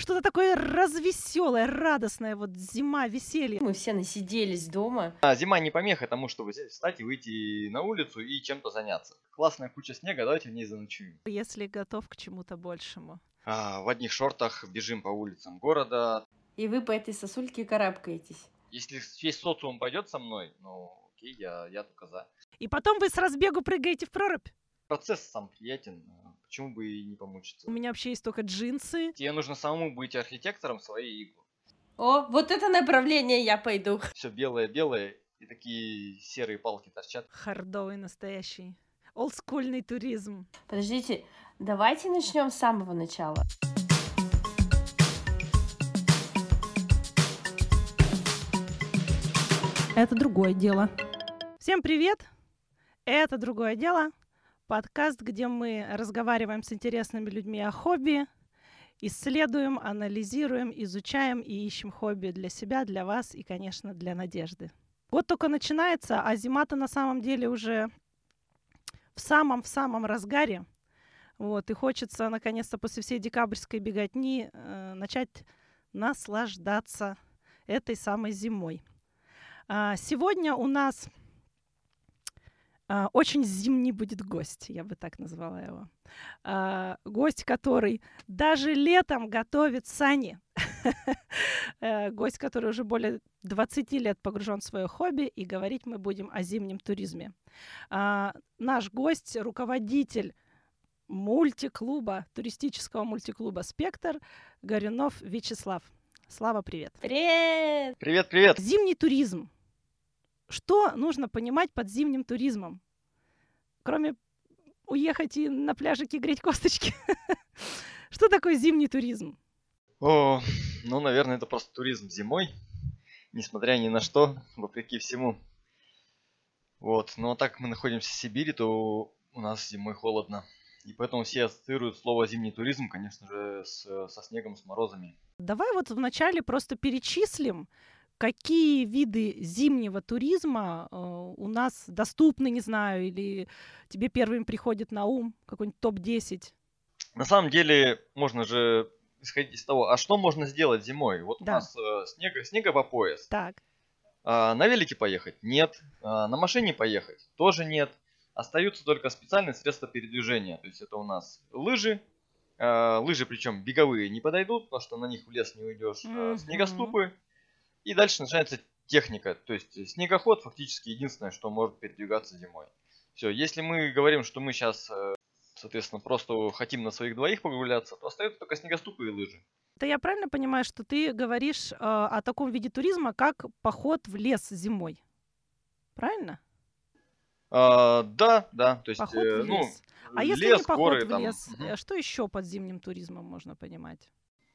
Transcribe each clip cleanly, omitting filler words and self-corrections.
что-то такое развеселое, радостное, вот зима, веселье. Мы все насиделись дома. Зима не помеха тому, чтобы встать и выйти на улицу и чем-то заняться. Классная куча снега, давайте в ней заночуем. Если готов к чему-то большему. В одних шортах бежим по улицам города. И вы по этой сосульке карабкаетесь. Если весь социум пойдет со мной, ну окей, я только за. И потом вы с разбегу прыгаете в прорубь. Процесс сам приятен, почему бы и не помучиться. У меня вообще есть только джинсы. Тебе нужно самому быть архитектором своей игры. О, вот это направление я пойду. Все белое-белое и такие серые палки торчат. Хардовый настоящий. Олдскульный туризм. Подождите, давайте начнем с самого начала. Это другое дело. Всем привет! Это другое дело. Подкаст, где мы разговариваем с интересными людьми о хобби, исследуем, анализируем, изучаем и ищем хобби для себя, для вас и, конечно, для Надежды. Год только начинается, а зима-то на самом деле уже в самом разгаре. Вот, и хочется, наконец-то, после всей декабрьской беготни начать наслаждаться этой самой зимой. Сегодня у нас очень зимний будет гость, я бы так назвала его. Гость, который даже летом готовит сани. Гость, который уже более 20 лет погружен в свое хобби, и говорить мы будем о зимнем туризме. Наш гость, руководитель мультиклуба, туристического мультиклуба «Спектр», Горюнов Вячеслав. Слава, привет. Привет! Привет! Зимний туризм. Что нужно понимать под зимним туризмом? Кроме уехать и на пляжике греть косточки. Что такое зимний туризм? Ну, наверное, это просто туризм зимой, несмотря ни на что, вопреки всему. Вот, но так как мы находимся в Сибири, то у нас зимой холодно. И поэтому все ассоциируют слово «зимний туризм», конечно же, со снегом, с морозами. Давай вот вначале просто перечислим, какие виды зимнего туризма у нас доступны, не знаю, или тебе первым приходит на ум какой-нибудь топ-10? На самом деле, можно же исходить из того, а что можно сделать зимой? Вот Да. у нас снега по пояс. Так. На велике поехать? Нет. На машине поехать? Тоже нет. Остаются только специальные средства передвижения. То есть это у нас лыжи. Лыжи, причем беговые, не подойдут, потому что на них в лес не уйдешь. Снегоступы. И дальше начинается техника. То есть снегоход фактически единственное, что может передвигаться зимой. Все, если мы говорим, что мы сейчас, соответственно, просто хотим на своих двоих прогуляться, то остаются только снегоступы и лыжи. Это я правильно понимаю, что ты говоришь о таком виде туризма, как поход в лес зимой? Правильно? Да. То есть, Поход в лес. А если лес, не поход горы, в там. лес, что еще под зимним туризмом можно понимать?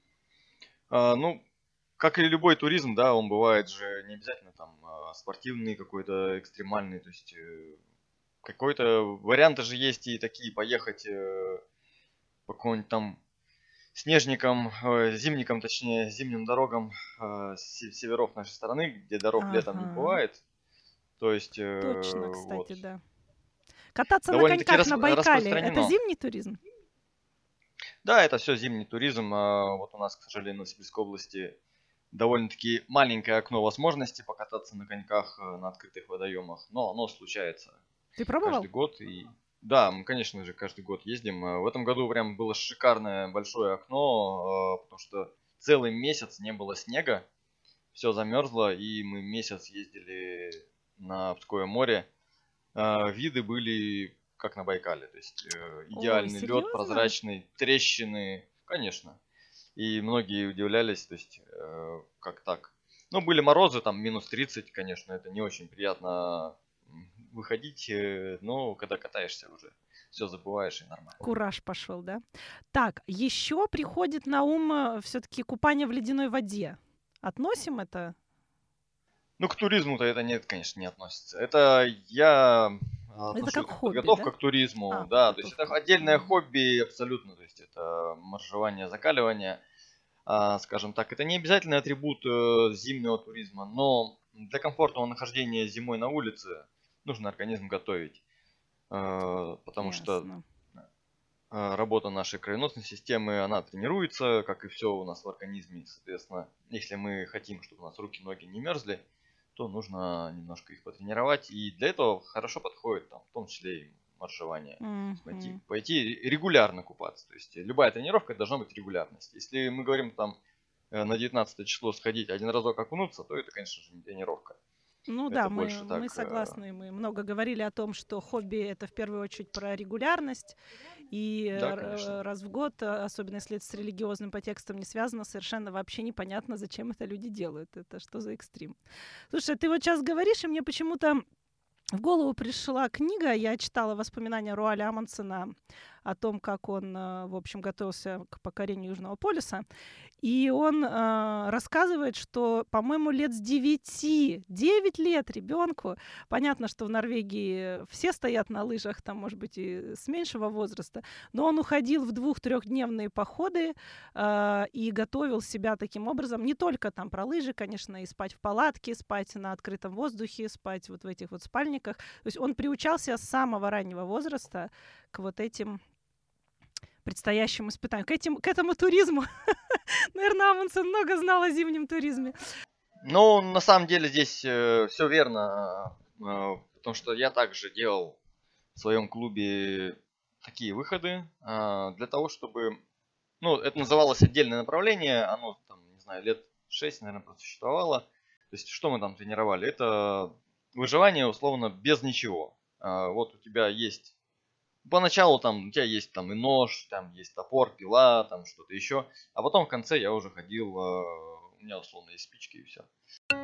Как и любой туризм, да, он бывает же не обязательно там спортивный какой-то, экстремальный. То есть какой-то варианты же есть и такие, поехать по какому-нибудь там снежникам, зимникам, точнее, зимним дорогам северов нашей страны, где дорог летом не бывает. То есть, Точно, кстати, вот. да. Кататься на Довольно-таки коньках на Байкале – это распространено. зимний туризм? Да, это все зимний туризм. Вот у нас, к сожалению, в Новосибирской области довольно-таки маленькое окно возможностей покататься на коньках на открытых водоемах, но оно случается Ты пробовал? каждый год. И да, мы, конечно же, каждый год ездим. В этом году прям было шикарное большое окно, потому что целый месяц не было снега, все замерзло, и мы месяц ездили на Пское море. Виды были как на Байкале, то есть идеальный лед, серьезно? прозрачный, трещины, конечно. И многие удивлялись, то есть как так. Ну, были морозы, там минус 30, конечно, это не очень приятно выходить, но когда катаешься уже, все забываешь и нормально. Кураж пошел, да? Так, еще приходит на ум все-таки купание в ледяной воде. Относим это? Ну, к туризму-то это нет, конечно, не относится. Это я отношу как это хобби, подготовка да? к туризму, А, да, то есть это подготовка. отдельное хобби абсолютно, то есть это моржевание, закаливание, скажем так, это не обязательный атрибут зимнего туризма, но для комфортного нахождения зимой на улице нужно организм готовить, потому что работа нашей кровеносной системы, она тренируется, как и все у нас в организме. Соответственно, если мы хотим, чтобы у нас руки, ноги не мерзли, то нужно немножко их потренировать. И для этого хорошо подходит, там, в том числе и моржевание. Пойти регулярно купаться. То есть любая тренировка должна быть регулярность. Если мы говорим там на 19 число сходить один разок окунуться, то это, конечно же, не тренировка. Ну Это да, больше мы так, согласны, мы много говорили о том, что хобби это в первую очередь про регулярность, и Да, конечно. раз в год, особенно если это с религиозным подтекстом не связано, совершенно вообще непонятно, зачем это люди делают, это что за экстрим. Слушай, ты вот сейчас говоришь, и мне почему-то в голову пришла книга, я читала воспоминания Руаля Амундсена о том, как он, в общем, готовился к покорению Южного полюса. И он рассказывает, что, по-моему, лет с 9 лет ребенку. Понятно, что в Норвегии все стоят на лыжах, там, может быть, и с меньшего возраста. Но он уходил в 2-3-дневные походы и готовил себя таким образом. Не только там про лыжи, конечно, и спать в палатке, спать на открытом воздухе, спать вот в этих вот спальниках. То есть он приучался с самого раннего возраста к вот этим предстоящим испытаниям, к этому туризму. Наверное, Амундсен много знал о зимнем туризме. Ну, на самом деле здесь все верно, потому что я также делал в своем клубе такие выходы для того, чтобы... Ну, это называлось отдельное направление, оно там, не знаю, лет 6, наверное, просуществовало. То есть, что мы там тренировали? Это выживание, условно, без ничего. Вот у тебя есть... Поначалу там у тебя есть там и нож, там есть топор, пила, там что-то еще. А потом в конце я уже ходил, у меня условно есть спички и все.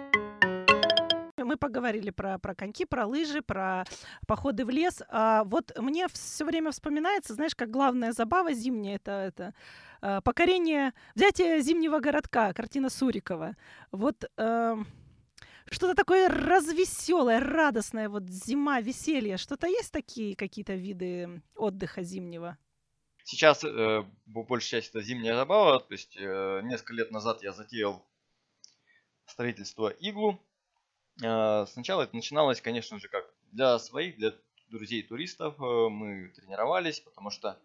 Мы поговорили про коньки, про лыжи, про походы в лес. Вот мне все время вспоминается, знаешь, как главная забава зимняя, это покорение, взятие зимнего городка, картина Сурикова. Вот что-то такое развеселое, радостное, вот зима, веселье. Что-то есть такие какие-то виды отдыха зимнего? Сейчас большая часть это зимняя забава. То есть несколько лет назад я затеял строительство иглу. Сначала это начиналось, конечно же, как для своих, для друзей туристов. Мы тренировались, потому что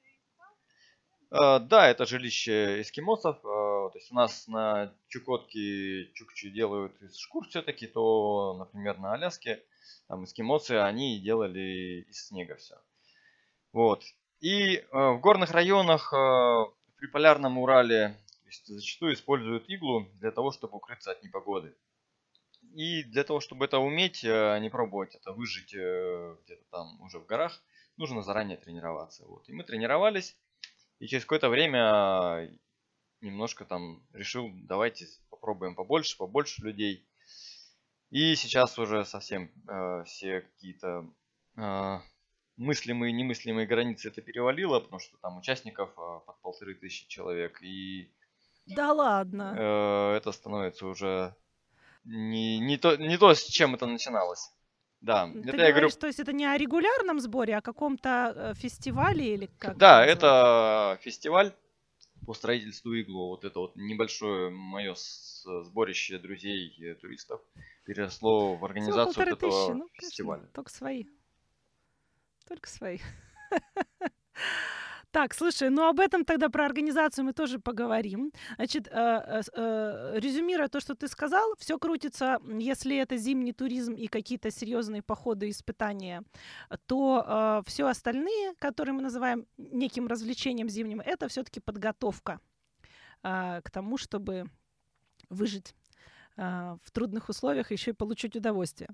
да, это жилище эскимосов. То есть у нас на Чукотке чукчи делают из шкур все-таки, то, например, на Аляске там эскимосы, они делали из снега все. Вот. И в горных районах, при полярном Урале, то есть зачастую используют иглу для того, чтобы укрыться от непогоды. И для того, чтобы это уметь, а не пробовать это выжить где-то там уже в горах, нужно заранее тренироваться. Вот. И мы тренировались. И через какое-то время немножко там решил, давайте попробуем побольше людей. И сейчас уже совсем все какие-то мыслимые и немыслимые границы это перевалило, потому что там участников под 1500 человек. И Да ладно. это становится уже не то, с чем это начиналось. Да, Ты это я говорю. говоришь, то есть это не о регулярном сборе, а о каком-то фестивале или как это Да, назвать? это фестиваль по строительству иглу. Вот это вот небольшое мое сборище друзей и туристов переросло в Всего организацию вот 1500, этого ну, конечно, фестиваля. только свои. Только свои. Так, слушай, ну об этом тогда про организацию мы тоже поговорим. Значит, резюмируя то, что ты сказал, все крутится, если это зимний туризм и какие-то серьезные походы, испытания, то все остальные, которые мы называем неким развлечением зимним, это все-таки подготовка к тому, чтобы выжить в трудных условиях, еще и получить удовольствие.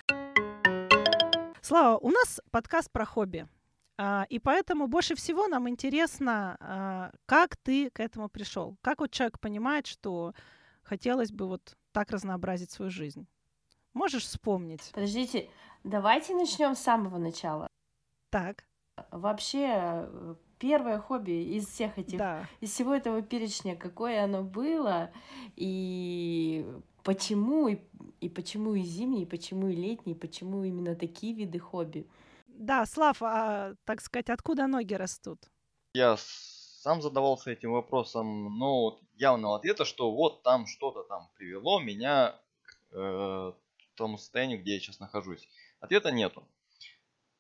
Слава, у нас подкаст про хобби. И поэтому больше всего нам интересно, как ты к этому пришел. Как вот человек понимает, что хотелось бы вот так разнообразить свою жизнь. Можешь вспомнить? Подождите, давайте начнем с самого начала. Так. Вообще, первое хобби из всех этих, Да. из всего этого перечня, какое оно было, и почему, и почему и зимний, и почему и летний, и почему именно такие виды хобби. Да, Слав, так сказать, откуда ноги растут? Я сам задавался этим вопросом, но вот явного ответа, что вот там что-то там привело меня к тому состоянию, где я сейчас нахожусь. Ответа нету.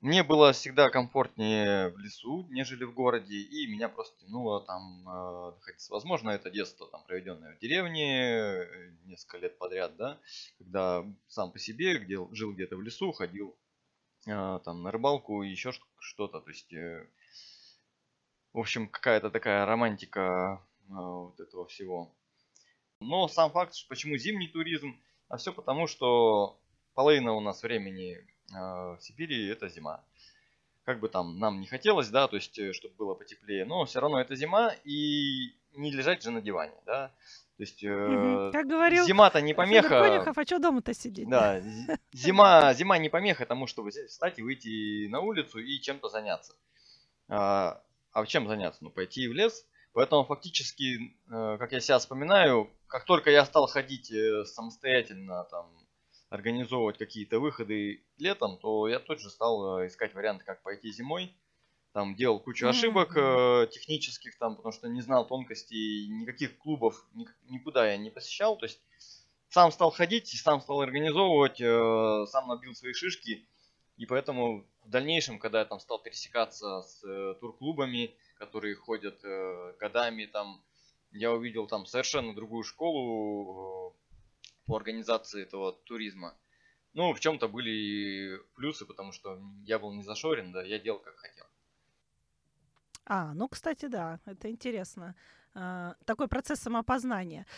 Мне было всегда комфортнее в лесу, нежели в городе, и меня просто тянуло там находиться. Возможно, это детство, там, проведенное в деревне, несколько лет подряд, да, когда сам по себе жил где-то в лесу, ходил там на рыбалку и еще что-то. То есть, в общем, какая-то такая романтика вот этого всего. Но сам факт, почему зимний туризм, а все потому, что половина у нас времени в Сибири это зима. Как бы там нам не хотелось, да, то есть, чтобы было потеплее, но все равно это зима, и не лежать же на диване, да. То есть, Как говорил зима-то не Федор помеха, Конюхов, а что дома-то сидеть? да, зима не помеха тому, чтобы встать и выйти на улицу и чем-то заняться. А чем заняться? Ну, пойти в лес. Поэтому фактически, как я себя вспоминаю, как только я стал ходить самостоятельно, там, организовывать какие-то выходы летом, то я тут же стал искать варианты, как пойти зимой. Там делал кучу ошибок технических, там, потому что не знал тонкостей, никаких клубов никуда я не посещал. То есть сам стал ходить, сам стал организовывать, сам набил свои шишки. И поэтому в дальнейшем, когда я там стал пересекаться с турклубами, которые ходят годами, там, я увидел там совершенно другую школу по организации этого туризма. Ну, в чем-то были и плюсы, потому что я был не зашорен, да, я делал как хотел. Ну, кстати, да, это интересно. Такой процесс самоопознания.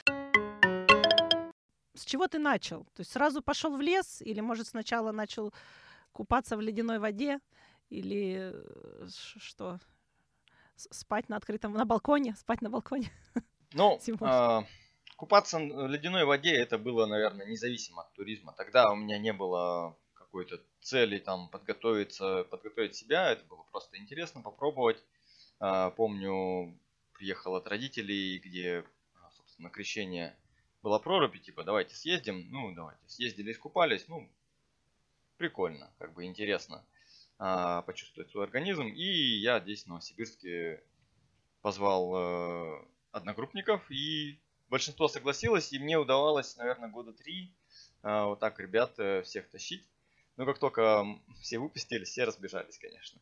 С чего ты начал? То есть сразу пошел в лес, или, может, сначала начал купаться в ледяной воде, или что? Спать на балконе? Спать на балконе? Ну, купаться в ледяной воде это было, наверное, независимо от туризма. Тогда у меня не было какой-то цели там подготовить себя. Это было просто интересно попробовать. Помню, приехал от родителей, где, собственно, крещение была прорубь, типа, давайте съездим. Ну, давайте. Съездили, искупались. Ну, прикольно, как бы интересно почувствовать свой организм. И я здесь, в Новосибирске, позвал одногруппников, и большинство согласилось, и мне удавалось, наверное, года 3 вот так ребят всех тащить. Но как только все выпустились, все разбежались, конечно.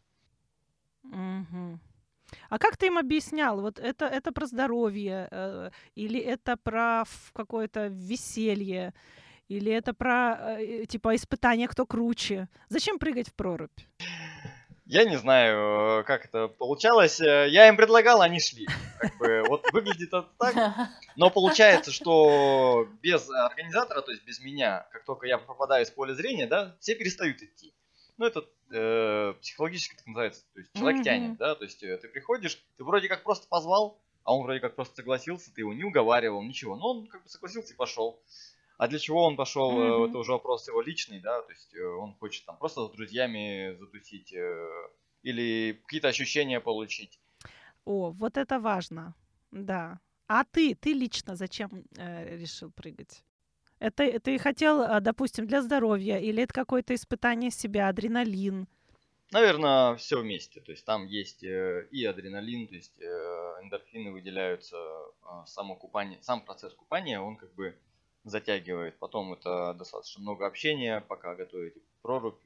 Угу. А как ты им объяснял? Вот это про здоровье, или это про какое-то веселье, или это про типа испытание, кто круче? Зачем прыгать в прорубь? Я не знаю, как это получалось. Я им предлагал, они шли. Как бы вот выглядит это так. Но получается, что без организатора, то есть без меня, как только я пропадаю из поля зрения, да, все перестают идти. Ну, это психологически так называется. То есть человек тянет, да. То есть ты приходишь, ты вроде как просто позвал, а он вроде как просто согласился, ты его не уговаривал, ничего. Но он как бы согласился и пошел. А для чего он пошел, это уже вопрос его личный, да, то есть он хочет там просто с друзьями затусить или какие-то ощущения получить. О, вот это важно, да. А ты лично зачем решил прыгать? Это ты хотел, допустим, для здоровья, или это какое-то испытание себя, адреналин? Наверное, все вместе, то есть там есть и адреналин, то есть эндорфины выделяются, само купание, сам процесс купания, он как бы затягивает. Потом это достаточно много общения, пока готовите прорубь.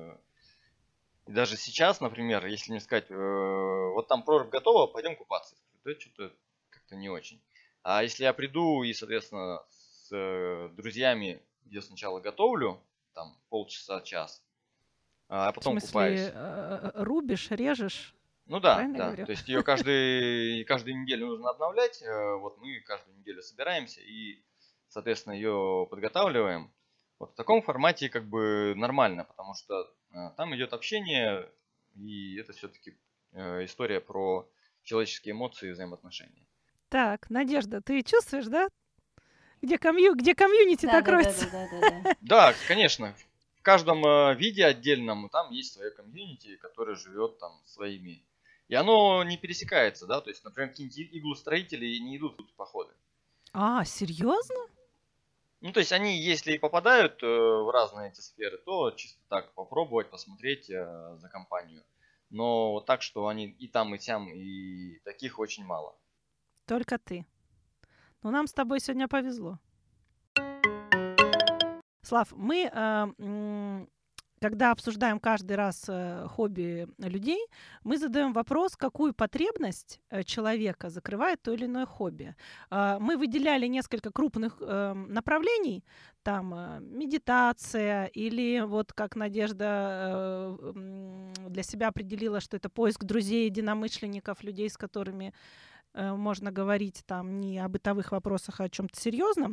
И даже сейчас, например, если мне сказать, вот там прорубь готова, пойдем купаться. Да, что-то как-то не очень. А если я приду и, соответственно, с друзьями, где сначала готовлю, там полчаса-час, а потом В смысле, купаюсь. рубишь, режешь? Ну да, Правильно я да. говорю? То есть ее каждую неделю нужно обновлять. Вот мы каждую неделю собираемся и, соответственно, ее подготавливаем. Вот в таком формате как бы нормально, потому что там идет общение, и это все-таки история про человеческие эмоции и взаимоотношения. Так, Надежда, ты чувствуешь, да? Где комьюнити-то кроется? Да, конечно. В каждом виде отдельном там есть свое комьюнити, которое живет там своими. И оно не пересекается, да, то есть, например, какие-нибудь иглостроители не идут в походы. Серьезно? Ну, то есть они, если и попадают в разные эти сферы, то чисто так попробовать, посмотреть за компанию. Но вот так, что они и там, и сям, и таких очень мало. Только ты. Ну, нам с тобой сегодня повезло. Слав, мы когда обсуждаем каждый раз хобби людей, мы задаем вопрос, какую потребность человека закрывает то или иное хобби. Мы выделяли несколько крупных направлений, там медитация или вот как Надежда для себя определила, что это поиск друзей, единомышленников, людей, с которыми можно говорить там не о бытовых вопросах, а о чем-то серьезном.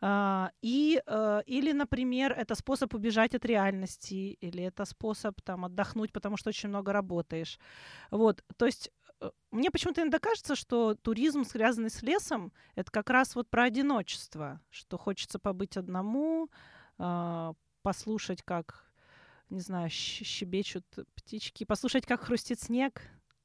Или, например, это способ убежать от реальности, или это способ там отдохнуть, потому что очень много работаешь. Вот, то есть мне почему-то иногда кажется, что туризм, связанный с лесом, это как раз вот про одиночество, что хочется побыть одному, послушать, как, не знаю, щебечут птички, послушать, как хрустит снег.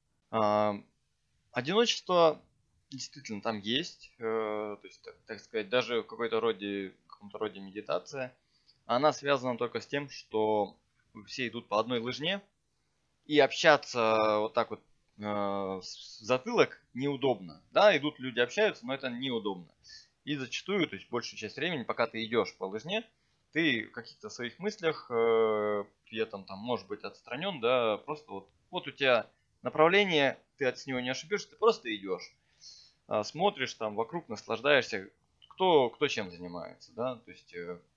Одиночество действительно там есть, то есть, так сказать, даже в каком-то роде медитация. Она связана только с тем, что все идут по одной лыжне, и общаться вот так вот с затылок неудобно. Да, идут люди, общаются, но это неудобно. И зачастую, то есть большую часть времени, пока ты идешь по лыжне, ты в каких-то своих мыслях, при этом там может быть отстранен, да, просто вот у тебя направление, ты от него не ошибешься, ты просто идешь. Смотришь там вокруг, наслаждаешься, кто чем занимается, да, то есть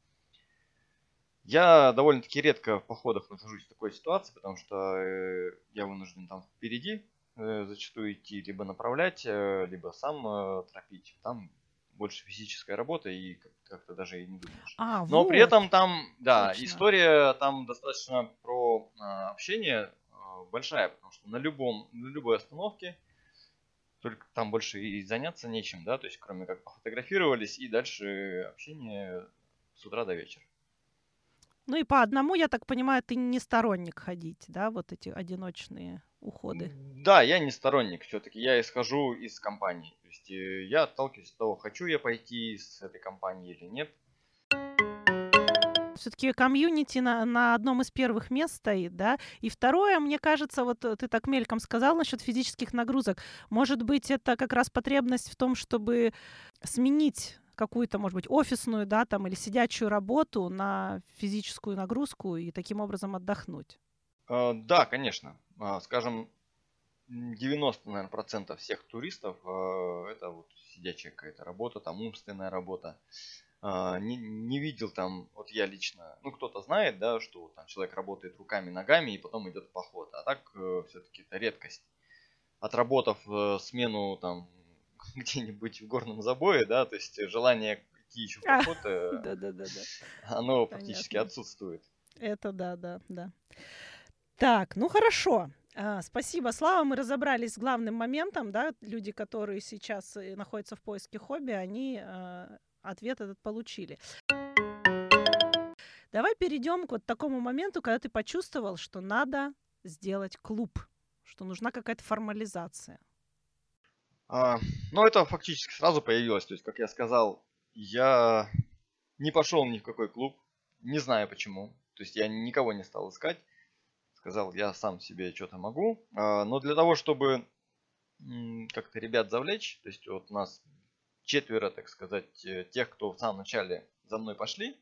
я довольно-таки редко в походах нахожусь в такой ситуации, потому что я вынужден там впереди зачастую идти, либо направлять, либо сам тропить. Там больше физическая работа и как-то даже и не думаешь. Но при этом там, да, точно. История там достаточно про общение большая, потому что на любой остановке только там больше и заняться нечем, да, то есть кроме как пофотографировались и дальше общение с утра до вечера. Ну и по одному, я так понимаю, ты не сторонник ходить, да, вот эти одиночные уходы. Да, я не сторонник все-таки, я исхожу из компании. То есть я отталкиваюсь от того, хочу я пойти с этой компанией или нет. Все-таки комьюнити на одном из первых мест стоит, да. И второе, мне кажется, вот ты так мельком сказал насчет физических нагрузок. Может быть, это как раз потребность в том, чтобы сменить какую-то, может быть, офисную, да, там, или сидячую работу на физическую нагрузку и таким образом отдохнуть. Да, конечно. Скажем, 90, наверное, процентов всех туристов это вот сидячая какая-то работа, там умственная работа. Не видел там, вот я лично, ну кто-то знает, да, что там человек работает руками, ногами и потом идет в поход. А так все-таки это редкость. Отработав смену там где-нибудь в горном забое, да, то есть желание идти еще в поход, Да. оно практически отсутствует. Это да. Так, ну хорошо. Спасибо, Слава. Мы разобрались с главным моментом, да, люди, которые сейчас находятся в поиске хобби, они ответ этот получили. Давай перейдем к вот такому моменту, когда ты почувствовал, что надо сделать клуб, что нужна какая-то формализация. Ну, это фактически сразу появилось. То есть, как я сказал, я не пошел ни в какой клуб, не знаю почему. То есть, я никого не стал искать. Сказал, я сам себе что-то могу. Но для того, чтобы как-то ребят завлечь, то есть, вот у нас 4, так сказать, тех, кто в самом начале за мной пошли.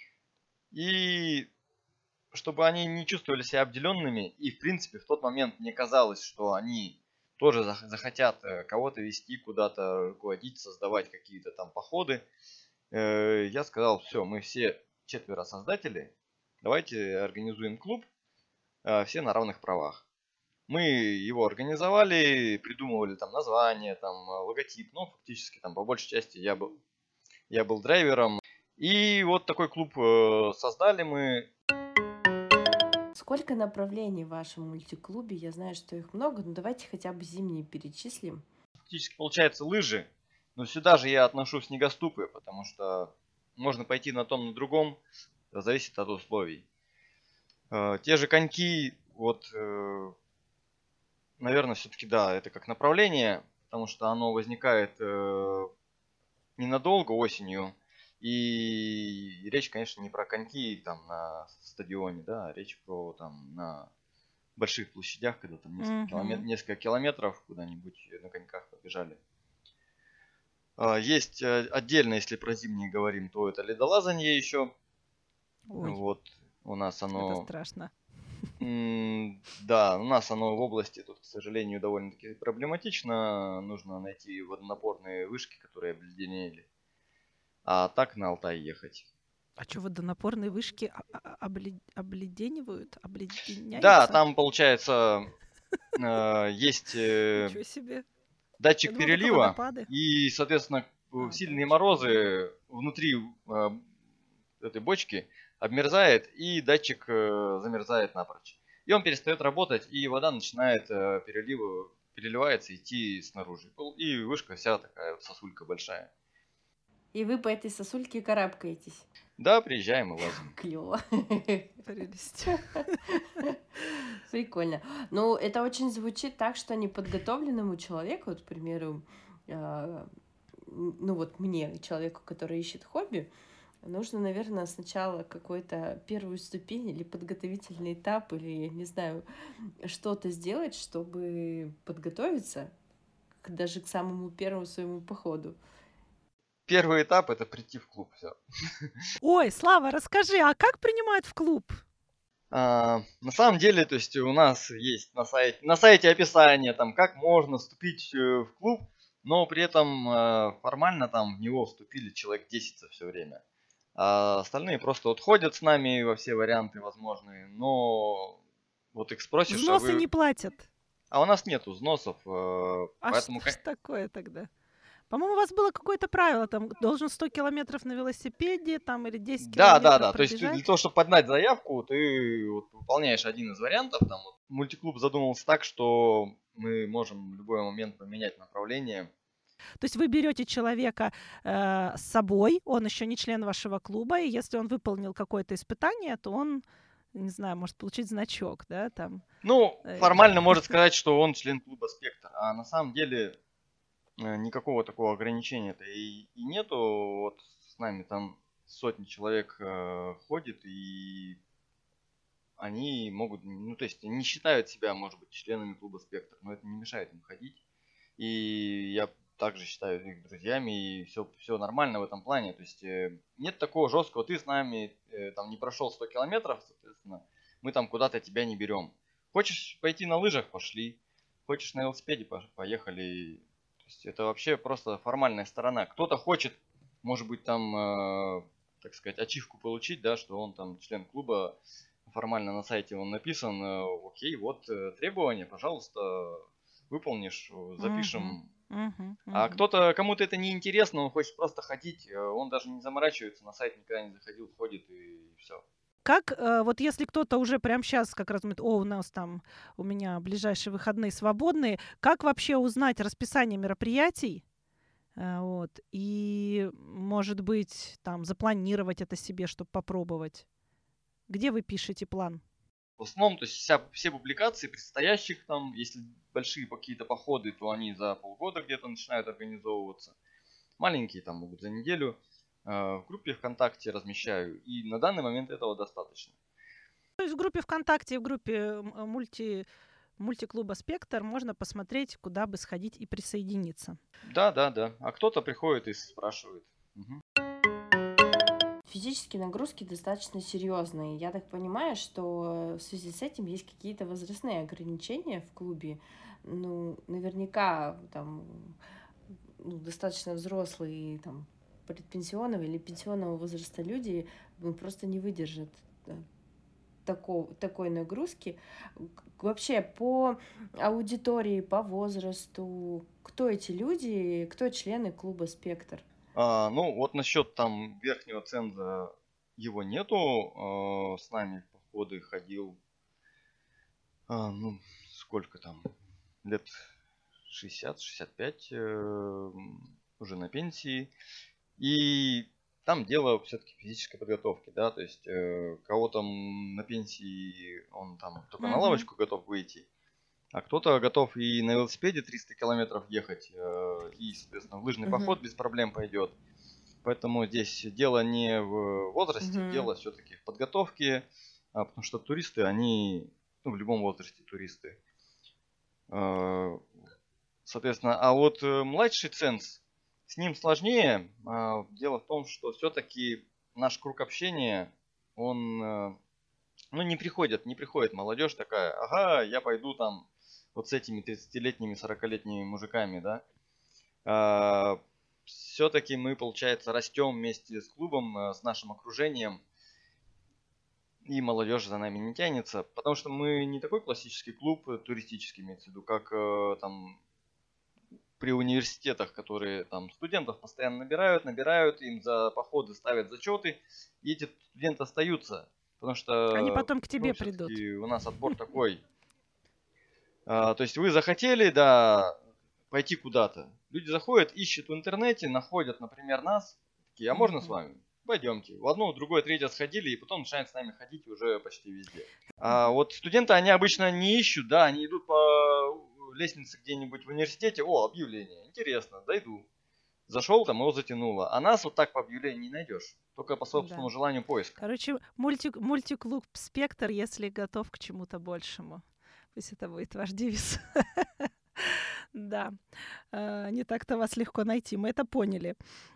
И чтобы они не чувствовали себя обделенными. И, в принципе, в тот момент мне казалось, что они тоже захотят кого-то вести куда-то, руководить, создавать какие-то там походы. Я сказал, все, мы все 4 создатели, давайте организуем клуб, все на равных правах. Мы его организовали, придумывали там название, там логотип, но фактически там по большей части я был драйвером. И вот такой клуб создали мы. Сколько направлений в вашем мультиклубе? Я знаю, что их много, но давайте хотя бы зимние перечислим. Фактически получается лыжи, но сюда же я отношу снегоступы, потому что можно пойти на том, на другом, зависит от условий. Те же коньки, вот, наверное, все-таки да, это как направление, потому что оно возникает ненадолго осенью, и речь, конечно, не про коньки там на стадионе, да, а речь про там на больших площадях, когда там несколько километров куда-нибудь на коньках побежали. Есть отдельно, если про зимние говорим, то это ледолазанье еще. Ой. Вот. У нас Это оно... страшно. Да, у нас оно в области тут, к сожалению, довольно-таки проблематично. Нужно найти водонапорные вышки, которые обледенели. А так на Алтай ехать. А что, водонапорные вышки обледенивают, Да, обледеняются? там, получается, есть Ничего себе. Я датчик думала, только перелива. водопады. И, соответственно, в сильные датчик морозы внутри этой бочки обмерзает, и датчик замерзает напрочь. И он перестает работать, и вода начинает переливается идти снаружи. И вышка вся такая вот сосулька большая. И вы по этой сосульке карабкаетесь. Да, приезжаем и лазим. Клево. Прелесть. Прикольно. Ну, это очень звучит так, что неподготовленному человеку, вот, к примеру, ну вот мне, человеку, который ищет хобби, нужно, наверное, сначала какой-то первую ступень или подготовительный этап, или, я не знаю, что-то сделать, чтобы подготовиться даже к самому первому своему походу. Первый этап это прийти в клуб. Все. Ой, Слава, расскажи, а как принимают в клуб? На самом деле, то есть у нас есть на сайте описание, там, как можно вступить в клуб, но при этом формально там в него вступили человек 10 за все время. А остальные просто вот ходят с нами во все варианты возможные, но вот их спросишь, Взносы не платят. А у нас нету взносов, А поэтому... что ж такое тогда? По-моему, у вас было какое-то правило, там должен 100 километров на велосипеде, там или 10 километров Да. То есть пробежать. для того, чтобы подать заявку, ты вот выполняешь один из вариантов. Там вот мультиклуб задумался так, что мы можем в любой момент поменять направление. То есть вы берете человека с собой, он еще не член вашего клуба, и если он выполнил какое-то испытание, то он, не знаю, может получить значок, да, там. Ну, формально может сказать, что он член клуба «Спектр», а на самом деле никакого такого ограничения-то и нету. Вот с нами там сотни человек ходит, и они могут, ну, то есть не считают себя, может быть, членами клуба «Спектр», но это не мешает им ходить. И я также считаю их друзьями, и все нормально в этом плане. То есть нет такого жесткого, ты с нами там не прошел 100 километров, соответственно, мы там куда-то тебя не берем. Хочешь пойти на лыжах, пошли. Хочешь на велосипеде, поехали. То есть это вообще просто формальная сторона. Кто-то хочет, может быть, там, так сказать, ачивку получить, да, что он там член клуба, формально на сайте он написан, окей, вот требования, пожалуйста, выполнишь, запишем. А кто-то, кому-то это не интересно, он хочет просто ходить, он даже не заморачивается, на сайт никогда не заходил, ходит и все. Как, вот если кто-то уже прямо сейчас как раз думает, у меня ближайшие выходные свободные, как вообще узнать расписание мероприятий? Вот, и, может быть, там запланировать это себе, чтобы попробовать? Где вы пишете план? В основном, то есть все публикации предстоящих там, если большие какие-то походы, то они за полгода где-то начинают организовываться. Маленькие там могут за неделю. В группе ВКонтакте размещаю. И на данный момент этого достаточно. То есть в группе ВКонтакте, в группе мультиклуба «Спектр» можно посмотреть, куда бы сходить и присоединиться. Да. А кто-то приходит и спрашивает. Угу. Физические нагрузки достаточно серьезные. Я так понимаю, что в связи с этим есть какие-то возрастные ограничения в клубе. Ну, наверняка там достаточно взрослые, там, предпенсионного или пенсионного возраста люди просто не выдержат такой нагрузки. Вообще по аудитории, по возрасту, кто эти люди, кто члены клуба «Спектр»? Ну, вот насчет там верхнего ценза его нету. С нами в походы ходил, ну, сколько там, лет 60-65, уже на пенсии. И там дело все-таки физической подготовки, да, то есть кого там на пенсии, он там только на лавочку готов выйти, а кто-то готов и на велосипеде 300 километров ехать, и, соответственно, в лыжный поход без проблем пойдет. Поэтому здесь дело не в возрасте, дело все-таки в подготовке, потому что туристы, они, ну, в любом возрасте туристы. Соответственно, а вот младший ценз, с ним сложнее. Дело в том, что все-таки наш круг общения, он Ну, не приходит молодежь такая, ага, я пойду там вот с этими 30-летними, 40-летними мужиками, да. Все-таки мы, получается, растем вместе с клубом, с нашим окружением, и молодежь за нами не тянется, потому что мы не такой классический клуб, туристический имеется в виду, как там при университетах, которые там студентов постоянно набирают, им за походы ставят зачеты, и эти студенты остаются, потому Они что, потом к ну, тебе придут. все-таки у нас отбор такой. То есть вы захотели, да, пойти куда-то. Люди заходят, ищут в интернете, находят, например, нас, такие, а можно с вами? Пойдемте. В одно, в другое, третье сходили, и потом начинают с нами ходить уже почти везде. Вот студенты, они обычно не ищут, да, они идут по лестнице где-нибудь в университете, о, объявление, интересно, дойду. Зашел, там его затянуло. А нас вот так по объявлению не найдешь. Только по собственному желанию поиска. Короче, мультиклуб «Спектр», если готов к чему-то большему. Пусть это будет ваш девиз. Да. Не так-то вас легко найти. Мы это поняли.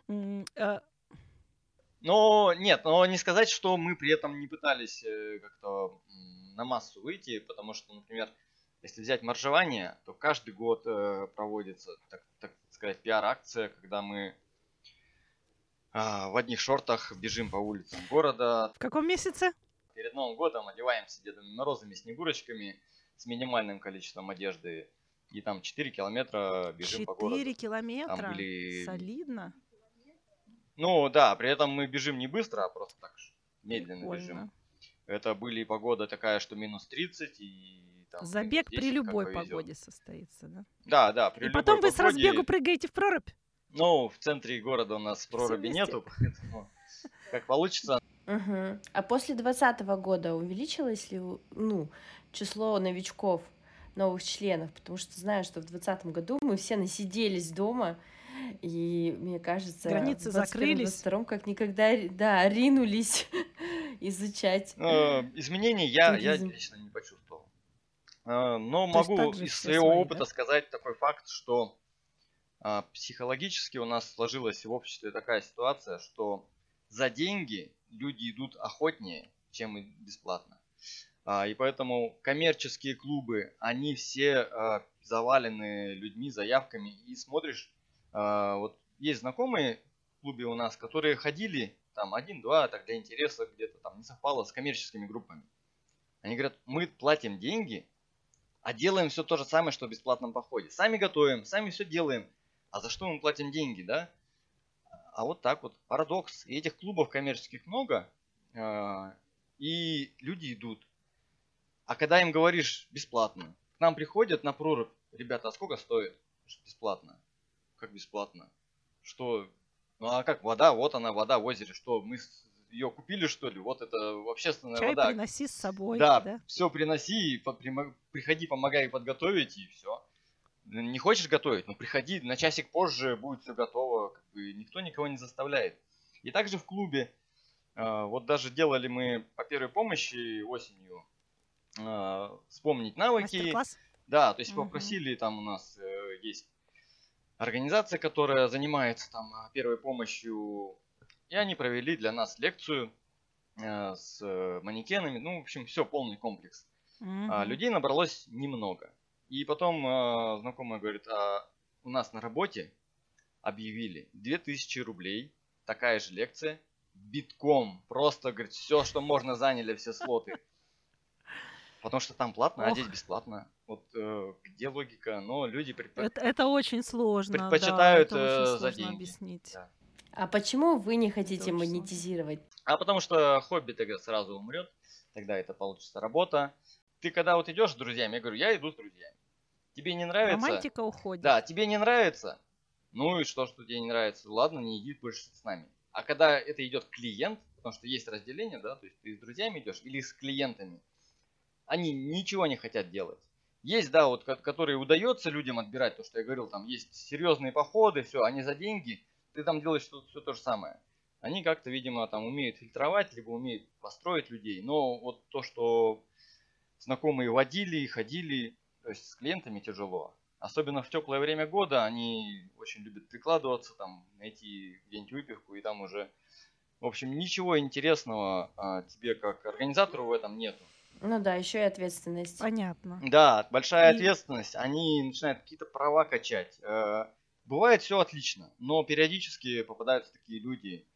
Но нет, но не сказать, что мы при этом не пытались как-то на массу выйти, потому что, например, если взять моржевание, то каждый год проводится, так сказать, пиар-акция, когда мы в одних шортах бежим по улицам города. В каком месяце? Перед Новым годом одеваемся Дедами Морозами, Снегурочками с минимальным количеством одежды. И там 4 километра бежим по городу. 4 километра? Там были... Солидно. Ну да, при этом мы бежим не быстро, а просто так медленно Прикольно. бежим. Это были погода такая, что минус 30 и там забег минус 10, при любой погоде состоится, да? Да, при и любой потом вы погоде. с разбегу прыгаете в прорубь? Ну, в центре города у нас проруби нету, поэтому как получится. Угу. А после 2020 года увеличилось ли число новичков, новых членов? Потому что знаю, что в 2020 году мы все насиделись дома, и, мне кажется, границы в 2021-2022 как никогда, да, ринулись изучать. Изменений я лично не почувствовал. Но то могу из своего опыта сказать такой факт, что психологически у нас сложилась в обществе такая ситуация, что за деньги люди идут охотнее, чем и бесплатно. И поэтому коммерческие клубы, они все завалены людьми, заявками. И смотришь, вот есть знакомые в клубе у нас, которые ходили там один-два, так для интереса где-то там не совпало с коммерческими группами. Они говорят, мы платим деньги, а делаем все то же самое, что в бесплатном походе. Сами готовим, сами все делаем. А за что мы платим деньги, да? А вот так вот, парадокс. И этих клубов коммерческих много, и люди идут. А когда им говоришь бесплатно, к нам приходят на прорубь, ребята, а сколько стоит? Бесплатно. Как бесплатно? Что? Ну а как вода? Вот она, вода в озере. Что, мы ее купили, что ли? Вот это общественная чай вода. Чай приноси с собой. Да, все приноси, приходи, помогай подготовить, и все. Не хочешь готовить? Ну приходи, на часик позже будет все готово. Как бы никто никого не заставляет. И также в клубе, вот даже делали мы по первой помощи осенью, вспомнить навыки. Мастер-класс? Да, то есть попросили, там у нас есть организация, которая занимается там первой помощью, и они провели для нас лекцию с манекенами, ну, в общем, все, полный комплекс. Людей набралось немного. И потом знакомая говорит, у нас на работе объявили 2000 рублей, такая же лекция, битком, просто, говорит, все, что можно, заняли все слоты. Потому что там платно, а здесь бесплатно. Вот где логика? Но люди это очень сложно. Предпочитают да, это очень за деньги. объяснить. Да. А почему вы не хотите монетизировать? А потому что хобби тогда сразу умрет, тогда это получится работа. Ты когда вот идешь с друзьями, я говорю, я иду с друзьями. Тебе не нравится? Романтика уходит. Да, тебе не нравится? Ну и что тебе не нравится? Ладно, не иди больше с нами. А когда это идет клиент, потому что есть разделение, да, то есть ты с друзьями идешь или с клиентами, они ничего не хотят делать. Есть, да, вот, которые удается людям отбирать, то, что я говорил, там есть серьезные походы, все, они за деньги, ты там делаешь все то же самое. Они как-то, видимо, там умеют фильтровать, либо умеют построить людей. Но вот то, что знакомые водили и ходили, то есть с клиентами тяжело. Особенно в теплое время года они очень любят прикладываться, там, найти где-нибудь выпивку и там уже В общем, ничего интересного тебе как организатору в этом нету. Ну да, еще и ответственность. Понятно. Да, большая И ответственность, они начинают какие-то права качать. Бывает все отлично, но периодически попадаются такие люди.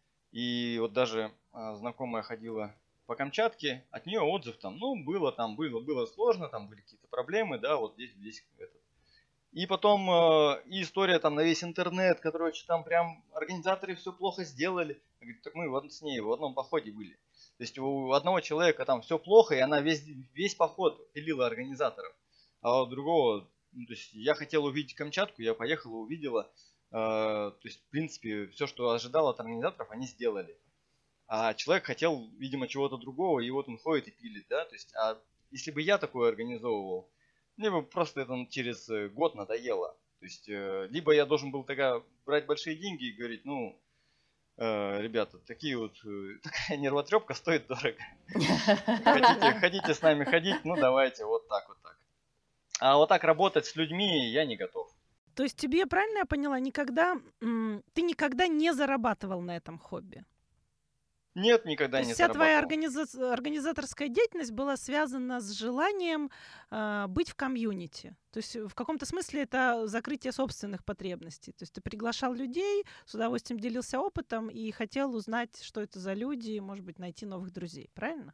И вот даже знакомая ходила по Камчатке, от нее отзыв там, ну, было сложно, там были какие-то проблемы, да, вот здесь это. И потом и история там на весь интернет, короче, там прям организаторы все плохо сделали. Я говорю, так мы с ней в одном походе были. То есть у одного человека там все плохо, и она весь поход пилила организаторов. А у другого, ну, то есть я хотел увидеть Камчатку, я поехал, увидела. То есть, в принципе, все, что ожидал от организаторов, они сделали. А человек хотел, видимо, чего-то другого, и вот он ходит и пилит, да. То есть, а если бы я такое организовывал, мне бы просто это через год надоело. То есть, либо я должен был тогда брать большие деньги и говорить, ну, ребята, такая нервотрепка стоит дорого. Хотите с нами ходить, ну давайте, вот так. А вот так работать с людьми я не готов. то есть тебе, правильно я поняла, ты никогда не зарабатывал на этом хобби? Нет, То никогда есть не вся твоя зарабатывал. организаторская деятельность была связана с желанием быть в комьюнити. То есть в каком-то смысле это закрытие собственных потребностей. То есть ты приглашал людей, с удовольствием делился опытом и хотел узнать, что это за люди, может быть, найти новых друзей. Правильно?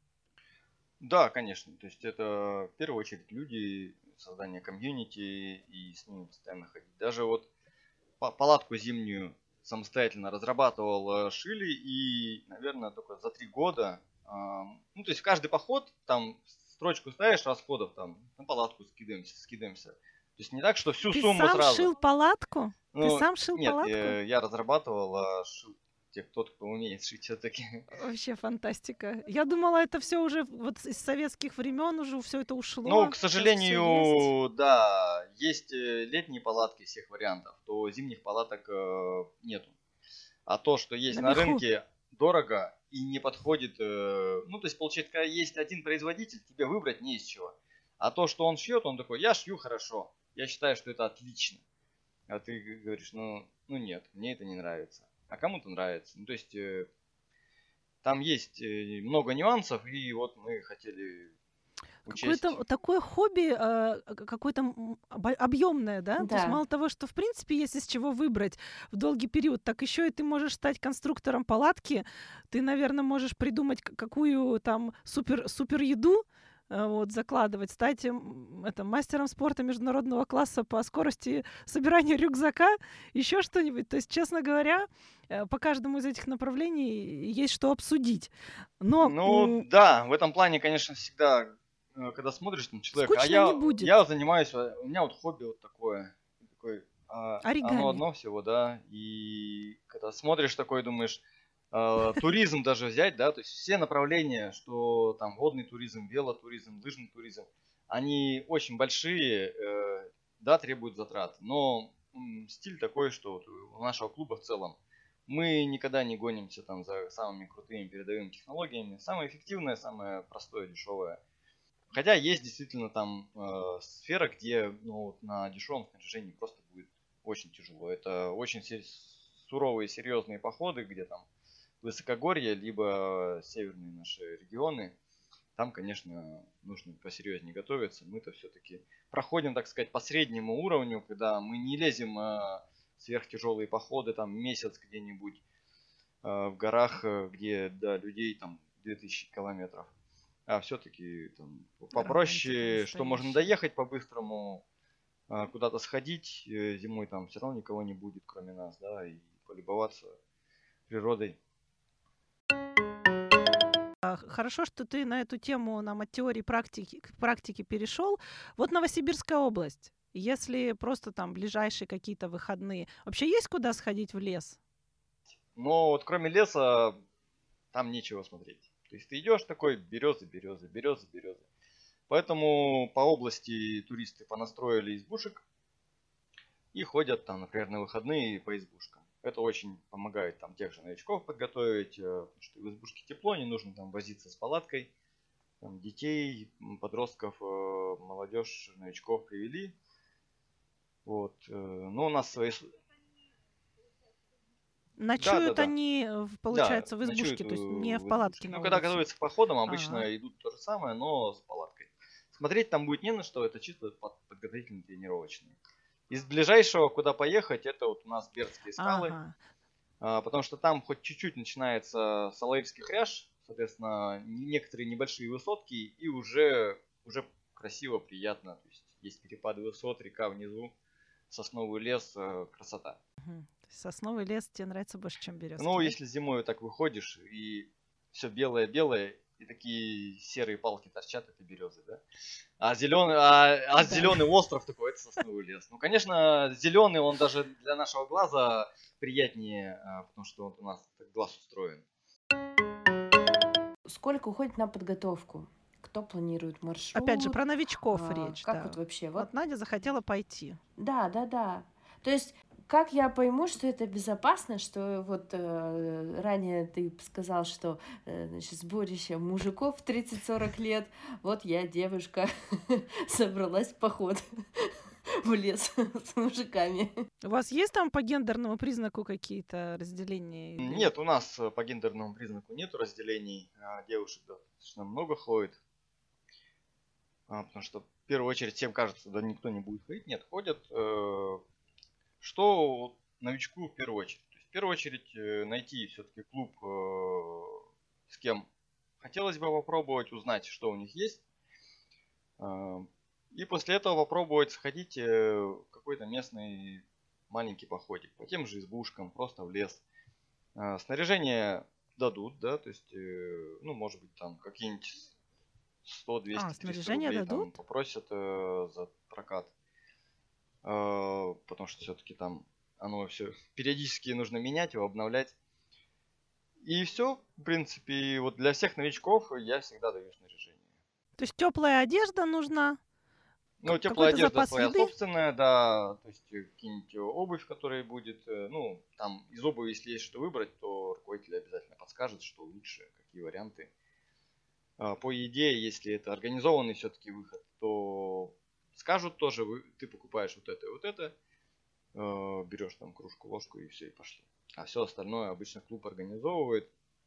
Да, конечно. То есть это в первую очередь люди, создание комьюнити и с ними постоянно ходить. Даже вот палатку зимнюю самостоятельно разрабатывал, шили, и, наверное, только за 3 года, ну, то есть в каждый поход там строчку ставишь расходов, там на палатку скидываемся. То есть не так, что всю Ты сумму сам сразу. шил палатку? Ты Ну, сам шил нет, палатку? я разрабатывал, шил тот, кто умеет шить все-таки. Вообще фантастика. Я думала, это все уже вот из советских времен уже все это Ну, ушло. к Сейчас все есть. сожалению, да, есть летние палатки всех вариантов, то зимних палаток нету. А то, что есть На на меху. рынке, дорого и не подходит. Ну, то есть, получается, когда есть один производитель, тебе выбрать не из чего. А то, что он шьет, он такой, я шью хорошо. Я считаю, что это отлично. А ты говоришь, ну нет, мне это не нравится. А кому-то нравится. Ну, то есть, там есть много нюансов, и вот мы хотели учесть. Какое-то такое хобби, какое-то объемное, да? То есть Да. мало того, что в принципе есть из чего выбрать в долгий период, так еще и ты можешь стать конструктором палатки. Ты, наверное, можешь придумать, какую там супер еду вот, закладывать, стать это, мастером спорта международного класса по скорости собирания рюкзака, еще что-нибудь. То есть, честно говоря, по каждому из этих направлений есть что обсудить. Но Ну да, в этом плане, конечно, всегда, когда смотришь на человека, а скучно не я будет. занимаюсь, у меня вот хобби вот такое, оно Оригами. одно всего, да, и когда смотришь такой, думаешь, туризм даже взять, да, то есть все направления, что там водный туризм, велотуризм, лыжный туризм, они очень большие, да, требуют затрат, но стиль такой, что вот у нашего клуба в целом мы никогда не гонимся там за самыми крутыми передовыми технологиями. Самое эффективное, самое простое, дешевое. Хотя есть действительно там сфера, где ну, вот на дешевом снаряжении просто будет очень тяжело. Это очень суровые, серьезные походы, где там высокогорье, либо северные наши регионы. Там, конечно, нужно посерьезнее готовиться. Мы-то все-таки проходим, так сказать, по среднему уровню, когда мы не лезем сверхтяжелые походы, там месяц где-нибудь в горах, где до людей там 2000 километров. А все-таки там Романтика попроще, что можно настоящая. доехать по-быстрому, куда-то сходить, зимой там все равно никого не будет, кроме нас, да, и полюбоваться природой. Хорошо, что ты на эту тему нам от теории к практике перешел. Вот Новосибирская область. Если просто там ближайшие какие-то выходные. Вообще есть куда сходить в лес? Но вот кроме леса там нечего смотреть. То есть ты идешь такой, березы, березы, березы, березы. Поэтому по области туристы понастроили избушек и ходят там, например, на выходные по избушкам. Это очень помогает там тех же новичков подготовить, потому что в избушке тепло, не нужно там возиться с палаткой. Там детей, подростков, молодежь, новичков привели. Вот. Но у нас свои... Ночуют Да. они, Да, получается, в ночуют избушке, то есть не в в палатке избушке. на Ну, когда улице. готовятся к походам, Ага. обычно идут то же самое, но с палаткой. Смотреть там будет не на что, это чисто подготовительные тренировочные. Из ближайшего, куда поехать, это вот у нас Бердские скалы. Ага. Потому что там хоть чуть-чуть начинается Салаирский кряж, соответственно, некоторые небольшие высотки, и уже красиво, приятно. То есть перепады высот, река внизу, сосновый лес, красота. Мгм. То есть сосновый лес тебе нравится больше, чем березки, Ну, да? если зимой так выходишь, и все белое-белое, и такие серые палки торчат, это березы, да? А Да. зеленый остров такой, это сосновый лес. Ну, конечно, зеленый, он даже для нашего глаза приятнее, потому что вот у нас так глаз устроен. Сколько уходит на подготовку? Кто планирует Опять же, маршрут? про новичков речь, Как вот да. вообще? Вот Надя захотела пойти. Да. То есть, как я пойму, что это безопасно, что вот ранее ты сказал, что значит, сборище мужиков 30-40 лет, вот я, девушка, собралась в поход в лес с мужиками. У вас есть там по гендерному признаку какие-то разделения? Нет, у нас по гендерному признаку нет разделений. Девушек достаточно много ходит. Потому что в первую очередь всем кажется, да никто не будет ходить. Нет, ходят. Что новичку в первую очередь? То есть, в первую очередь найти все-таки клуб, с кем хотелось бы попробовать, узнать, что у них есть. И после этого попробовать сходить в какой-то местный маленький походик. По тем же избушкам, просто в лес. Снаряжение дадут, да, то есть, ну, может быть, там какие-нибудь 100, 200, 300 снаряжение рублей там дадут? попросят за прокат. Потому что все-таки там оно все периодически нужно менять его, обновлять. И все, в принципе, вот для всех новичков я всегда даю снаряжение. То есть теплая одежда нужна, Ну, теплая какой-то одежда запас своя еды? собственная, да, то есть какие-нибудь обувь, которая будет, ну, там из обуви, если есть что выбрать, то руководитель обязательно подскажет, что лучше, какие варианты. По еде, если это организованный все-таки выход, то скажут тоже, ты покупаешь вот это и вот это, берешь там кружку, ложку и все, и пошли. А все остальное обычно клуб организовывает.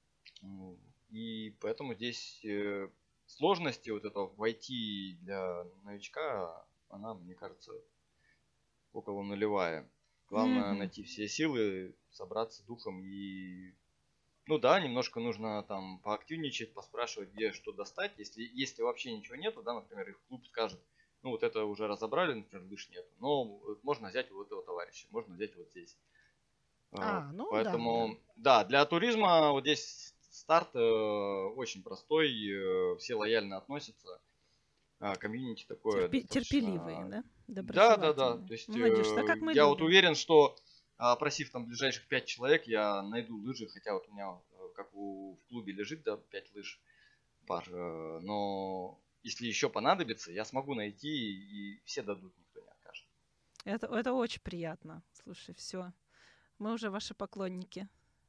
И поэтому здесь сложности вот этого войти для новичка, она, мне кажется, около нулевая. Главное найти все силы, собраться духом и... Ну да, немножко нужно там поактивничать, поспрашивать, где что достать. Если вообще ничего нету, да, например, их клуб скажет, ну вот это уже разобрали, например, лыж нету, но можно взять у этого товарища, можно взять вот здесь. Ну Поэтому, да, для туризма вот здесь старт очень простой, все лояльно относятся. Комьюнити такое терпеливые, достаточно... да? Да. Доброжелательные. То есть Ну, Надюш, так как мы я вот любим. уверен, что просив там ближайших 5 человек, я найду лыжи, хотя вот у меня, как в клубе лежит, да, 5 лыж пар, но если еще понадобится, я смогу найти, и все дадут, никто не откажет. Это очень приятно. Слушай, все. Мы уже ваши поклонники.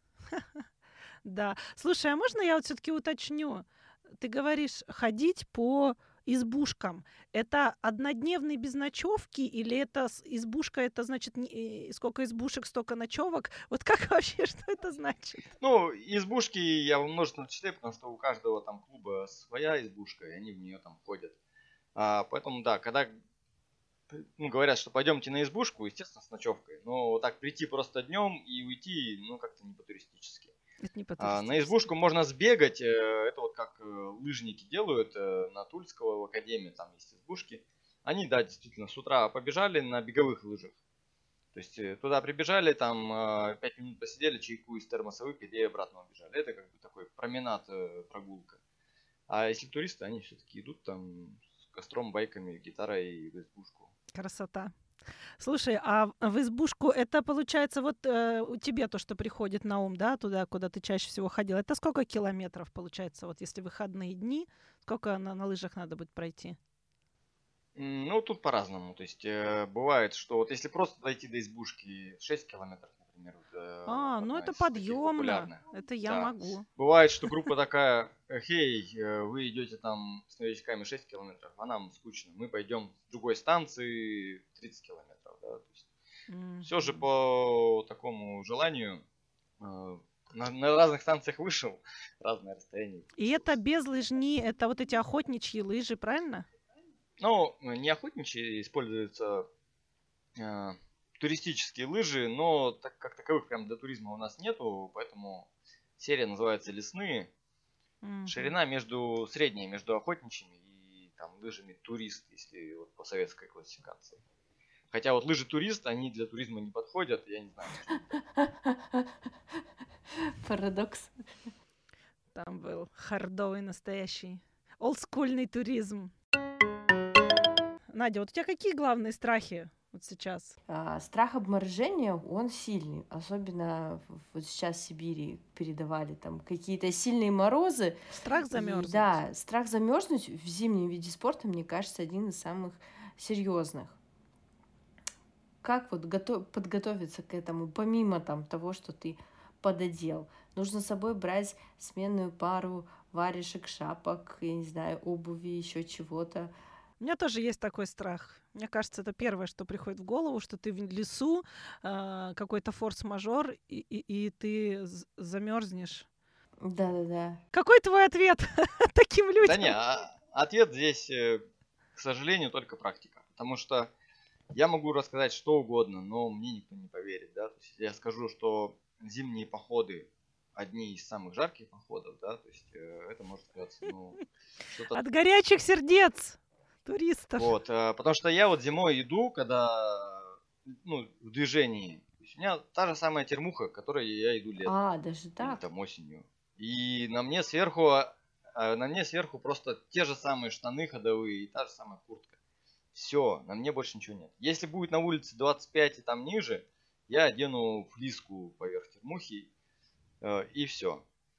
Да. Слушай, а можно я вот все-таки уточню? Ты говоришь ходить по избушкам. Это однодневный без ночевки или это избушка, это значит сколько избушек, столько ночевок? Вот как вообще, что это значит? Ну, избушки я во множественном числе, потому что у каждого там клуба своя избушка, и они в нее там ходят. Поэтому, да, когда говорят, что пойдемте на избушку, естественно, с ночевкой. Но вот так прийти просто днем и уйти, ну, как-то не по-туристически. Это не по-туристически. На избушку можно сбегать, это вот как лыжники делают на Тульского в академии, там есть избушки. Они, да, действительно, с утра побежали на беговых лыжах. То есть туда прибежали, там 5 минут посидели, чайку из термоса выпили и обратно убежали. Это как бы такой променад, прогулка. А если туристы, они все-таки идут там с костром, байками, гитарой в избушку. Красота. Слушай, а в избушку это получается вот у тебя то, что приходит на ум, да, туда, куда ты чаще всего ходил. Это сколько километров получается, вот если выходные дни, сколько на лыжах надо будет пройти? Ну, тут по-разному. То есть бывает, что вот если просто дойти до избушки 6 километров, например, вот, Ну одна это из таких подъемно. популярных. Это я Да. могу. Бывает, что группа такая, хей, вы идете там с новичками 6 километров, а нам скучно. Мы пойдем с другой станции 30 километров. Да? То есть все же по такому желанию. на разных станциях вышел, разное расстояние. И это без лыжни, это вот эти охотничьи лыжи, правильно? Ну, не охотничьи, используются туристические лыжи, но так как таковых прям для туризма у нас нету, поэтому серия называется лесные. Ширина средняя между охотничьими и там лыжами турист, если вот по советской классификации. Хотя вот лыжи турист, они для туризма не подходят, я не знаю. Парадокс. Там был хардовый настоящий олдскульный туризм. Надя, вот у тебя какие главные страхи вот сейчас? Страх обморожения, он сильный. Особенно вот сейчас в Сибири передавали там какие-то сильные морозы. Страх замерзнуть. Да, страх замерзнуть в зимнем виде спорта, мне кажется, один из самых серьезных. Как вот подготовиться к этому, помимо там того, что ты пододел? Нужно с собой брать сменную пару варежек, шапок, я не знаю, обуви, еще чего-то. У меня тоже есть такой страх. Мне кажется, это первое, что приходит в голову, что ты в лесу, какой-то форс-мажор, и ты замерзнешь. Да. Какой твой ответ таким людям? Да не, ответ здесь, к сожалению, только практика. Потому что я могу рассказать что угодно, но мне никто не поверит, да. То есть я скажу, что зимние походы одни из самых жарких походов, да, то есть это может сказаться, что-то... От горячих сердец туристов. Вот, потому что я вот зимой иду, когда, в движении. То есть у меня та же самая термуха, к которой я иду летом. Даже Или так? там осенью. И на мне сверху просто те же самые штаны ходовые и та же самая куртка. Все, на мне больше ничего нет. Если будет на улице 25 и там ниже, я одену флиску поверх термухи и все.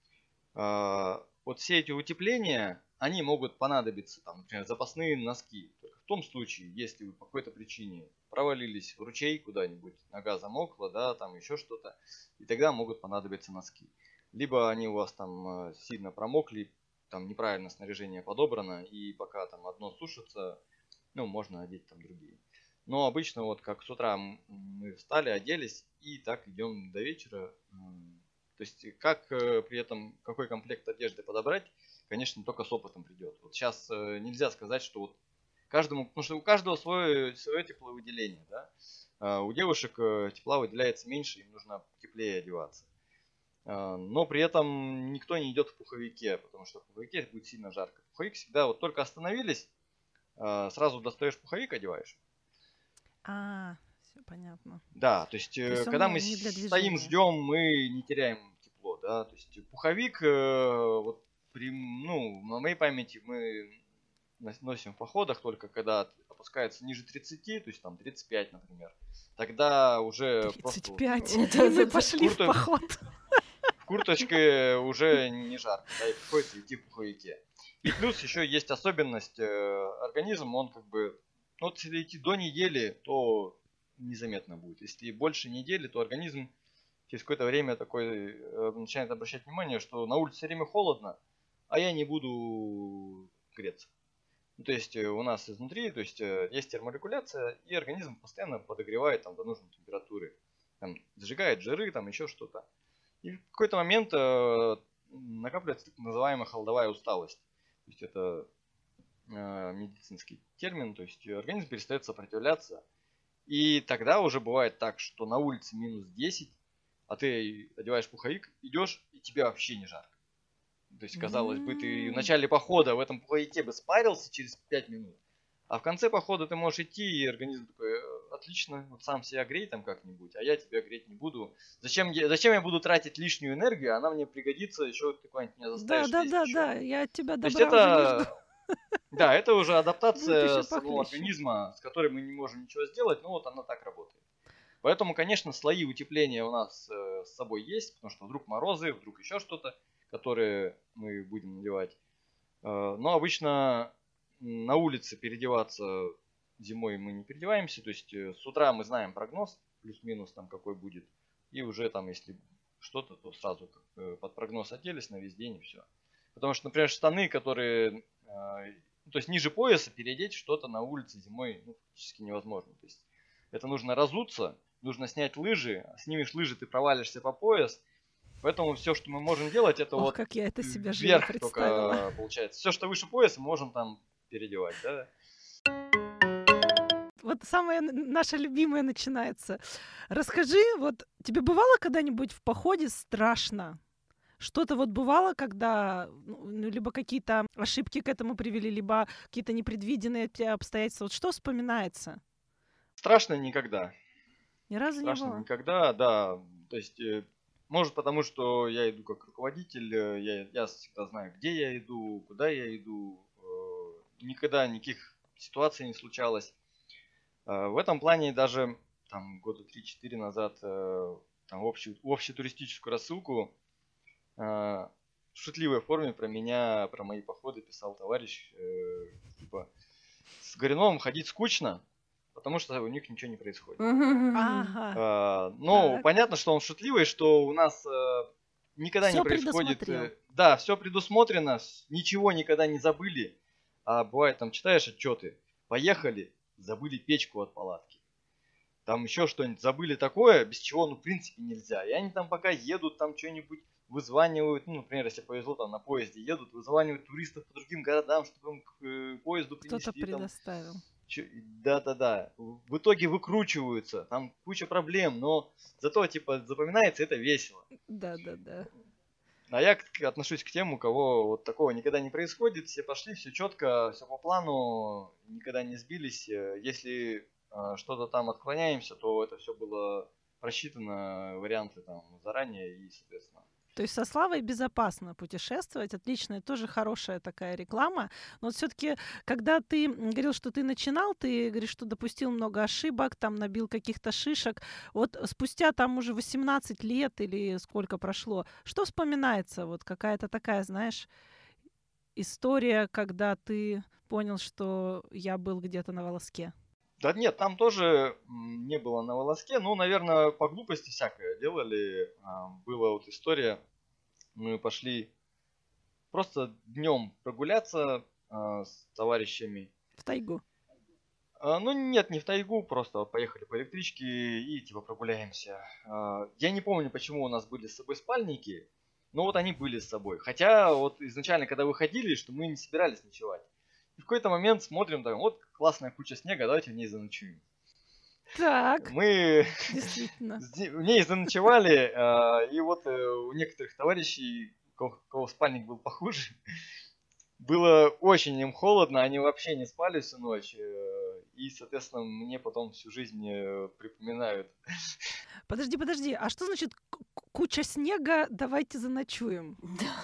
Вот все эти утепления, они могут понадобиться, там, например, запасные носки. Только в том случае, если вы по какой-то причине провалились в ручей куда-нибудь, нога замокла, да, там еще что-то, и тогда могут понадобиться носки. Либо они у вас там сильно промокли, там неправильно снаряжение подобрано, и пока там одно сушится, можно одеть там другие. Но обычно вот как с утра мы встали, оделись и так идем до вечера. То есть как при этом, какой комплект одежды подобрать, конечно, только с опытом придет. Вот сейчас нельзя сказать, что вот каждому, потому что у каждого свое тепловыделение, да. У девушек тепла выделяется меньше, им нужно теплее одеваться. Но при этом никто не идет в пуховике, потому что в пуховике будет сильно жарко. Пуховик всегда, вот только остановились, сразу достаешь пуховик, одеваешь. Все понятно. Да, то есть когда мы стоим, ждем, мы не теряем тепло, да. То есть пуховик, вот на моей памяти мы носим в походах только когда опускается ниже 30, то есть там 35, например. Тогда уже 35, и мы пошли в поход. В курточке уже не жарко, да, и приходится идти в пуховике. И плюс еще есть особенность, организм, он как бы, вот если идти до недели, то незаметно будет. Если больше недели, то организм через какое-то время такой начинает обращать внимание, что на улице все время холодно, а я не буду греться. То есть у нас изнутри, то есть есть терморегуляция, и организм постоянно подогревает там до нужной температуры. Там зажигает жиры, там еще что-то. И в какой-то момент накапливается так называемая холодовая усталость. То есть это медицинский термин, то есть организм перестает сопротивляться. И тогда уже бывает так, что на улице минус 10, а ты одеваешь пуховик, идешь, и тебе вообще не жарко. То есть, казалось бы, ты в начале похода в этом пуховике бы спарился через 5 минут. А в конце похода ты можешь идти, и организм такой, отлично, вот сам себя грей там как-нибудь, а я тебя греть не буду. Зачем я буду тратить лишнюю энергию, она мне пригодится, еще ты куда-нибудь меня заставишь. Да, я от тебя добра уже не жду. Да, это уже адаптация самого организма, с которой мы не можем ничего сделать, но вот она так работает. Поэтому, конечно, слои утепления у нас с собой есть, потому что вдруг морозы, вдруг еще что-то, которые мы будем надевать. Но обычно на улице переодеваться зимой мы не переодеваемся, то есть с утра мы знаем прогноз, плюс-минус там какой будет, и уже там если что-то, то сразу под прогноз оделись на весь день и все. Потому что, например, штаны, которые, то есть ниже пояса переодеть что-то на улице зимой практически невозможно. То есть это нужно разуться, нужно снять лыжи, снимешь лыжи, ты провалишься по пояс, Поэтому все, что мы можем делать, это Ох, вот как я это себе живо вверх представила. только получается. Все, что выше пояса, мы можем там переодевать, да? Вот самое наше любимое начинается. Расскажи, вот тебе бывало когда-нибудь в походе страшно? Что-то вот бывало, когда либо какие-то ошибки к этому привели, либо какие-то непредвиденные обстоятельства? Вот что вспоминается? Страшно никогда. Ни разу не Страшно было? никогда, да. То есть, может потому, что я иду как руководитель, я всегда знаю, где я иду, куда я иду. Никогда никаких ситуаций не случалось. В этом плане даже там года 3-4 назад там общую туристическую рассылку в шутливой форме про меня, про мои походы писал товарищ, типа, с Горюновым ходить скучно, потому что у них ничего не происходит. Ага, Ну, так. понятно, что он шутливый, что у нас никогда не Всё происходит... предусмотрел. Да, все предусмотрено, ничего никогда не забыли. А бывает, там читаешь отчеты, поехали, забыли печку от палатки. Там еще что-нибудь забыли такое, без чего, ну, в принципе, нельзя. И они там пока едут, там что-нибудь вызванивают, ну, например, если повезло, там на поезде едут, вызванивают туристов по другим городам, чтобы им к поезду Кто-то принесли там. предоставил. Да-да-да. В итоге выкручиваются, там куча проблем, но зато, типа, запоминается это весело. Да-да-да. А я отношусь к тем, у кого вот такого никогда не происходит, все пошли, все четко, все по плану, никогда не сбились. Если что-то там отклоняемся, то это все было просчитано, варианты там заранее и, соответственно. То есть со Славой безопасно путешествовать, отличная, тоже хорошая такая реклама. Но вот все-таки, когда ты говорил, что ты начинал, ты говоришь, что допустил много ошибок, там набил каких-то шишек. Вот спустя там уже 18 лет или сколько прошло, что вспоминается? Вот какая-то такая, знаешь, история, когда ты понял, что я был где-то на волоске. Да нет, там тоже не было на волоске, ну, наверное, по глупости всякое делали. Была вот история, мы пошли просто днем прогуляться с товарищами. В тайгу. Ну нет, не в тайгу, просто вот поехали по электричке и типа прогуляемся. Я не помню, почему у нас были с собой спальники, но вот они были с собой. Хотя вот изначально, когда выходили, что мы не собирались ночевать. И в какой-то момент смотрим, там, вот классная куча снега, давайте в ней заночуем. Так, Мы действительно. в ней заночевали, и вот у некоторых товарищей, у кого спальник был похуже, было очень им холодно, они вообще не спали всю ночь. И, соответственно, мне потом всю жизнь припоминают. Подожди, а что значит куча снега, давайте заночуем?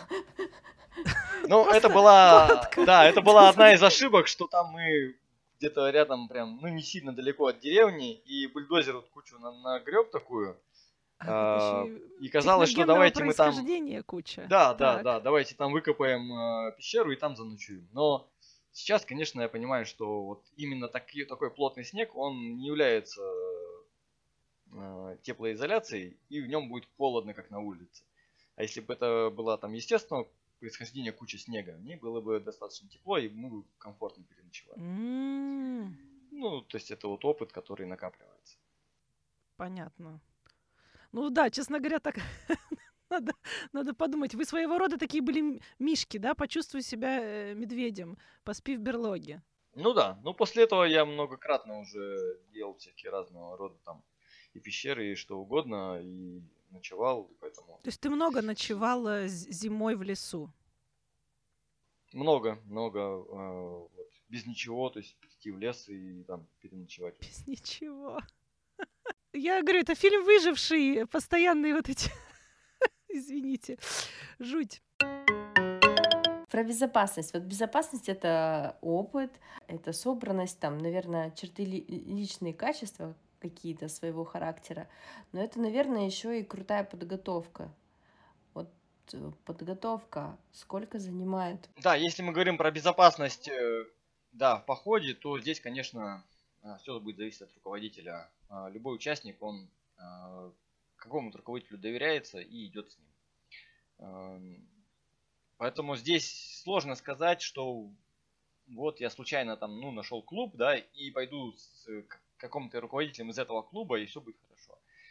Ну, это была, да, это была одна из ошибок, что там мы где-то рядом прям, ну, не сильно далеко от деревни, и бульдозер вот кучу нагреб такую. Это еще И казалось, что давайте мы там... куча. Да, Так. давайте там выкопаем пещеру и там заночуем. Но сейчас, конечно, я понимаю, что вот именно такой плотный снег, он не является теплоизоляцией, и в нем будет холодно, как на улице. А если бы это была там естественного происхождения куча снега, в ней было бы достаточно тепло, и мы бы комфортно переночевали. Ну, то есть это вот опыт, который накапливается. Понятно. Ну да, честно говоря, так надо подумать. Вы своего рода такие были мишки, да? Почувствуй себя медведем, поспи в берлоге. Ну да, ну после этого я многократно уже делал всякие разного рода там и пещеры, и что угодно, и ночевал, поэтому... То есть ты много ночевал зимой в лесу? Много, вот, без ничего, то есть идти в лес и там переночевать. Без ничего. Я говорю, это фильм «Выживший», постоянные вот эти... Извините, жуть. Про безопасность. Вот безопасность — это опыт, это собранность, там, наверное, черты личные качества какие-то своего характера, но это, наверное, еще и крутая подготовка. Вот подготовка сколько занимает? Да, если мы говорим про безопасность, да, в походе, то здесь, конечно, все будет зависеть от руководителя. Любой участник, он какому-то руководителю доверяется и идет с ним. Поэтому здесь сложно сказать, что вот я случайно там, ну, нашел клуб, да, и пойду с каким-то руководителем из этого клуба, и все будет хорошо.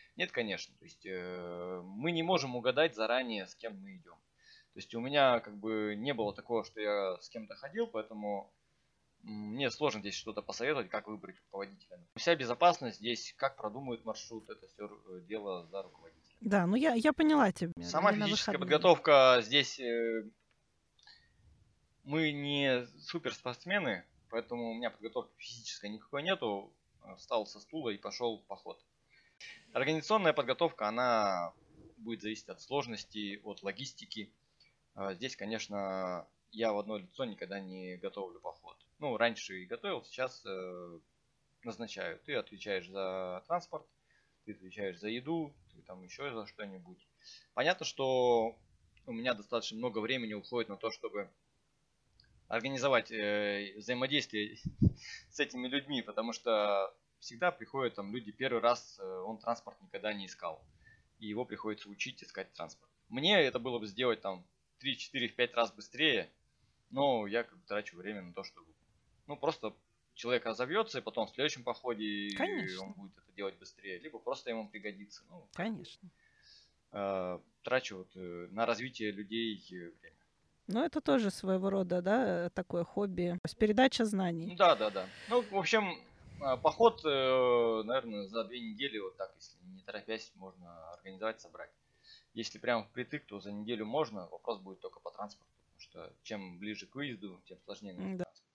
Нет, конечно. То есть мы не можем угадать заранее, с кем мы идем. То есть у меня как бы не было такого, что я с кем-то ходил, поэтому мне сложно здесь что-то посоветовать, как выбрать руководителя. Вся безопасность здесь, как продумают маршрут, это все дело за руководителем. Да, ну я поняла тебя. Сама Не на физическая выходные. подготовка здесь мы не суперспортсмены, поэтому у меня подготовки физической никакой нету. Встал со стула и пошел в поход. Организационная подготовка, она будет зависеть от сложности, от логистики. Здесь, конечно, я в одно лицо никогда не готовлю поход. Ну, раньше и готовил, сейчас назначаю. Ты отвечаешь за транспорт, ты отвечаешь за еду, ты там еще за что-нибудь. Понятно, что у меня достаточно много времени уходит на то, чтобы организовать взаимодействие с этими людьми, потому что всегда приходят там люди первый раз, он транспорт никогда не искал, и его приходится учить искать транспорт. Мне это было бы сделать там 3, 4, 5 раз быстрее, но я как бы трачу время на то, чтобы просто человек разовьется, и потом в следующем походе Конечно. он будет это делать быстрее, либо просто ему пригодится. Конечно. Трачу вот на развитие людей время. Ну, это тоже своего рода, да, такое хобби. То есть передача знаний. Да. Ну, в общем, поход, наверное, за 2 недели, вот так, если не торопясь, можно организовать, собрать. Если прям впритык, то за неделю можно. Вопрос будет только по транспорту, потому что чем ближе к выезду, тем сложнее найти Да. транспорт.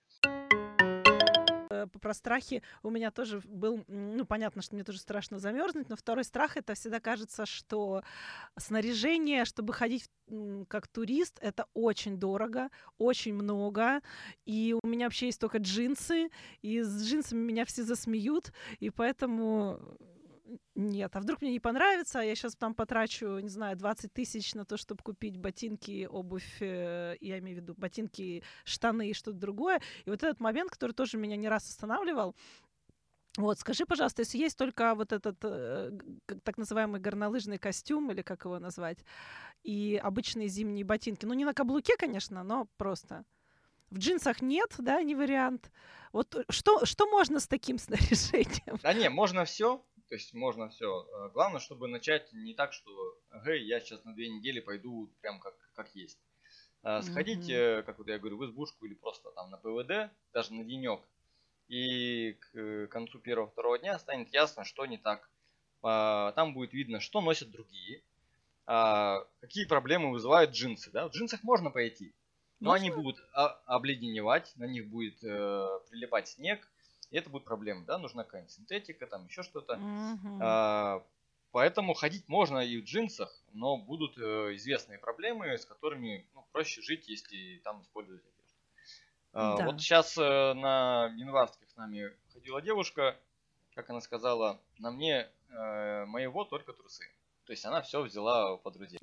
Про страхи у меня тоже был, ну, понятно, что мне тоже страшно замерзнуть, но второй страх — это всегда кажется, что снаряжение, чтобы ходить как турист, это очень дорого, очень много, и у меня вообще есть только джинсы, и с джинсами меня все засмеют, и поэтому нет. А вдруг мне не понравится, а я сейчас там потрачу, не знаю, 20 тысяч на то, чтобы купить ботинки, обувь, я имею в виду ботинки, штаны и что-то другое. И вот этот момент, который тоже меня не раз останавливал. Вот, скажи, пожалуйста, если есть только вот этот так называемый горнолыжный костюм, или как его назвать, и обычные зимние ботинки, ну не на каблуке, конечно, но просто. В джинсах нет, да, не вариант. Вот что можно с таким снаряжением? Да не, можно все. То есть можно все. Главное, чтобы начать не так, что я сейчас на 2 недели пойду прям как есть. Сходить, как вот я говорю, в избушку или просто там на ПВД, даже на денек. И к концу первого-второго дня станет ясно, что не так. Там будет видно, что носят другие, какие проблемы вызывают джинсы. Да? В джинсах можно пойти, но они будут обледеневать, на них будет прилипать снег, и это будет проблема. Да? Нужна какая-нибудь синтетика, там еще что-то. Поэтому ходить можно и в джинсах, но будут известные проблемы, с которыми проще жить, если там использовать одежду. Да. Вот сейчас на январских с нами ходила девушка, как она сказала, на мне моего только трусы. То есть она все взяла по друзьям.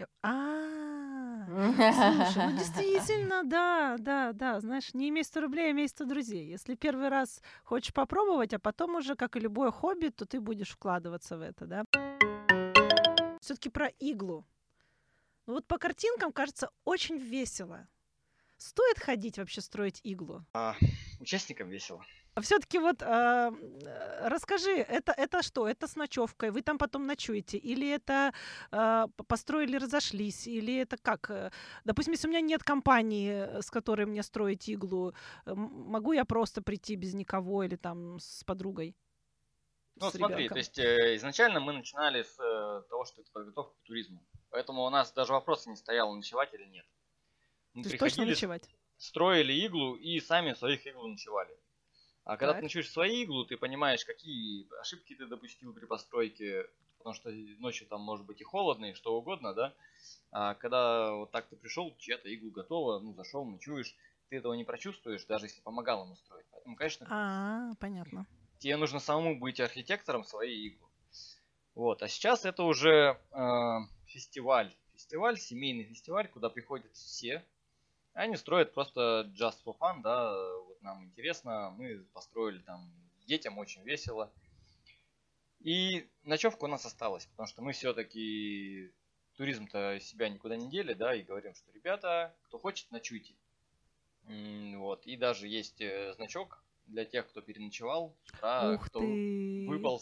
Слушай, ну действительно, да, знаешь, не имей 100 рублей, а имей 100 друзей. Если первый раз хочешь попробовать, а потом уже, как и любое хобби, то ты будешь вкладываться в это, да. Все-таки про иглу. Ну вот по картинкам кажется очень весело. Стоит ходить вообще строить иглу? Участникам весело. Все-таки вот расскажи, это что? Это с ночевкой? Вы там потом ночуете? Или это построили, разошлись? Или это как? Допустим, если у меня нет компании, с которой мне строить иглу, могу я просто прийти без никого или там с подругой? Ну, с смотри, ребенком? то есть изначально мы начинали с того, что это подготовка к туризму. Поэтому у нас даже вопроса не стояло, ночевать или нет. Мы То есть точно приходили, ночевать? строили иглу и сами в своих иглу ночевали. А когда ты Так. ночуешь в своей иглу, ты понимаешь, какие ошибки ты допустил при постройке, потому что ночью там может быть и холодно, и что угодно, да. А когда вот так ты пришел, чья-то иглу готова, зашел, ночуешь, ты этого не прочувствуешь, даже если помогал ему строить. Поэтому, конечно, Понятно. тебе нужно самому быть архитектором своей иглы. Вот, а сейчас это уже фестиваль, семейный фестиваль, куда приходят все. Они строят просто just for fun, да, вот нам интересно, мы построили там, детям очень весело. И ночевка у нас осталась, потому что мы все-таки туризм-то себя никуда не дели, да, и говорим, что ребята, кто хочет, ночуйте. Вот, и даже есть значок для тех, кто переночевал с утра, Ух кто ты! выполз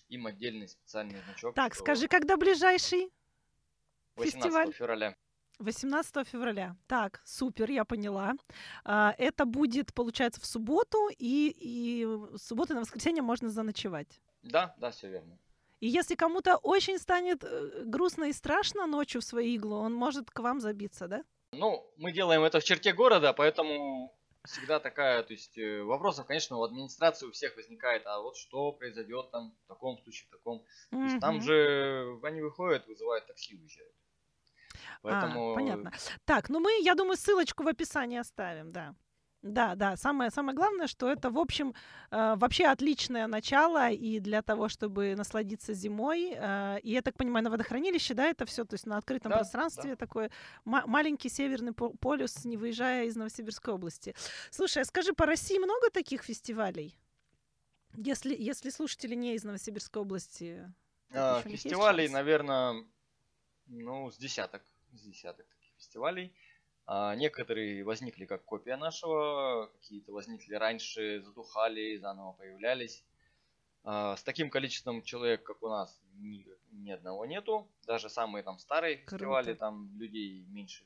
им отдельный специальный значок. Так, что скажи, когда ближайший 18 фестиваль? февраля. 18 февраля. Так, супер, я поняла. Это будет, получается, в субботу, и в субботу и на воскресенье можно заночевать. Да, все верно. И если кому-то очень станет грустно и страшно ночью в свою иглу, он может к вам забиться, да? Ну, мы делаем это в черте города, поэтому всегда такая, то есть вопросов, конечно, у администрации у всех возникает, а вот что произойдет там в таком случае, в таком. То есть там Мгм. же они выходят, вызывают такси, уезжают. Поэтому Понятно. Так, ну мы, я думаю, ссылочку в описании оставим, да. Да. Самое главное, что это, в общем, вообще отличное начало и для того, чтобы насладиться зимой. И я так понимаю, на водохранилище, да, это все, то есть на открытом да. пространстве такой маленький северный полюс, не выезжая из Новосибирской области. Слушай, а скажи, по России много таких фестивалей? Если слушатели не из Новосибирской области, это еще у них есть Фестивалей, шанс? наверное, с десяток таких фестивалей. Некоторые возникли как копия нашего, какие-то возникли раньше, затухали, заново появлялись. С таким количеством человек, как у нас, ни одного нету. Даже самые там старые фестивали, Круто. там людей меньше.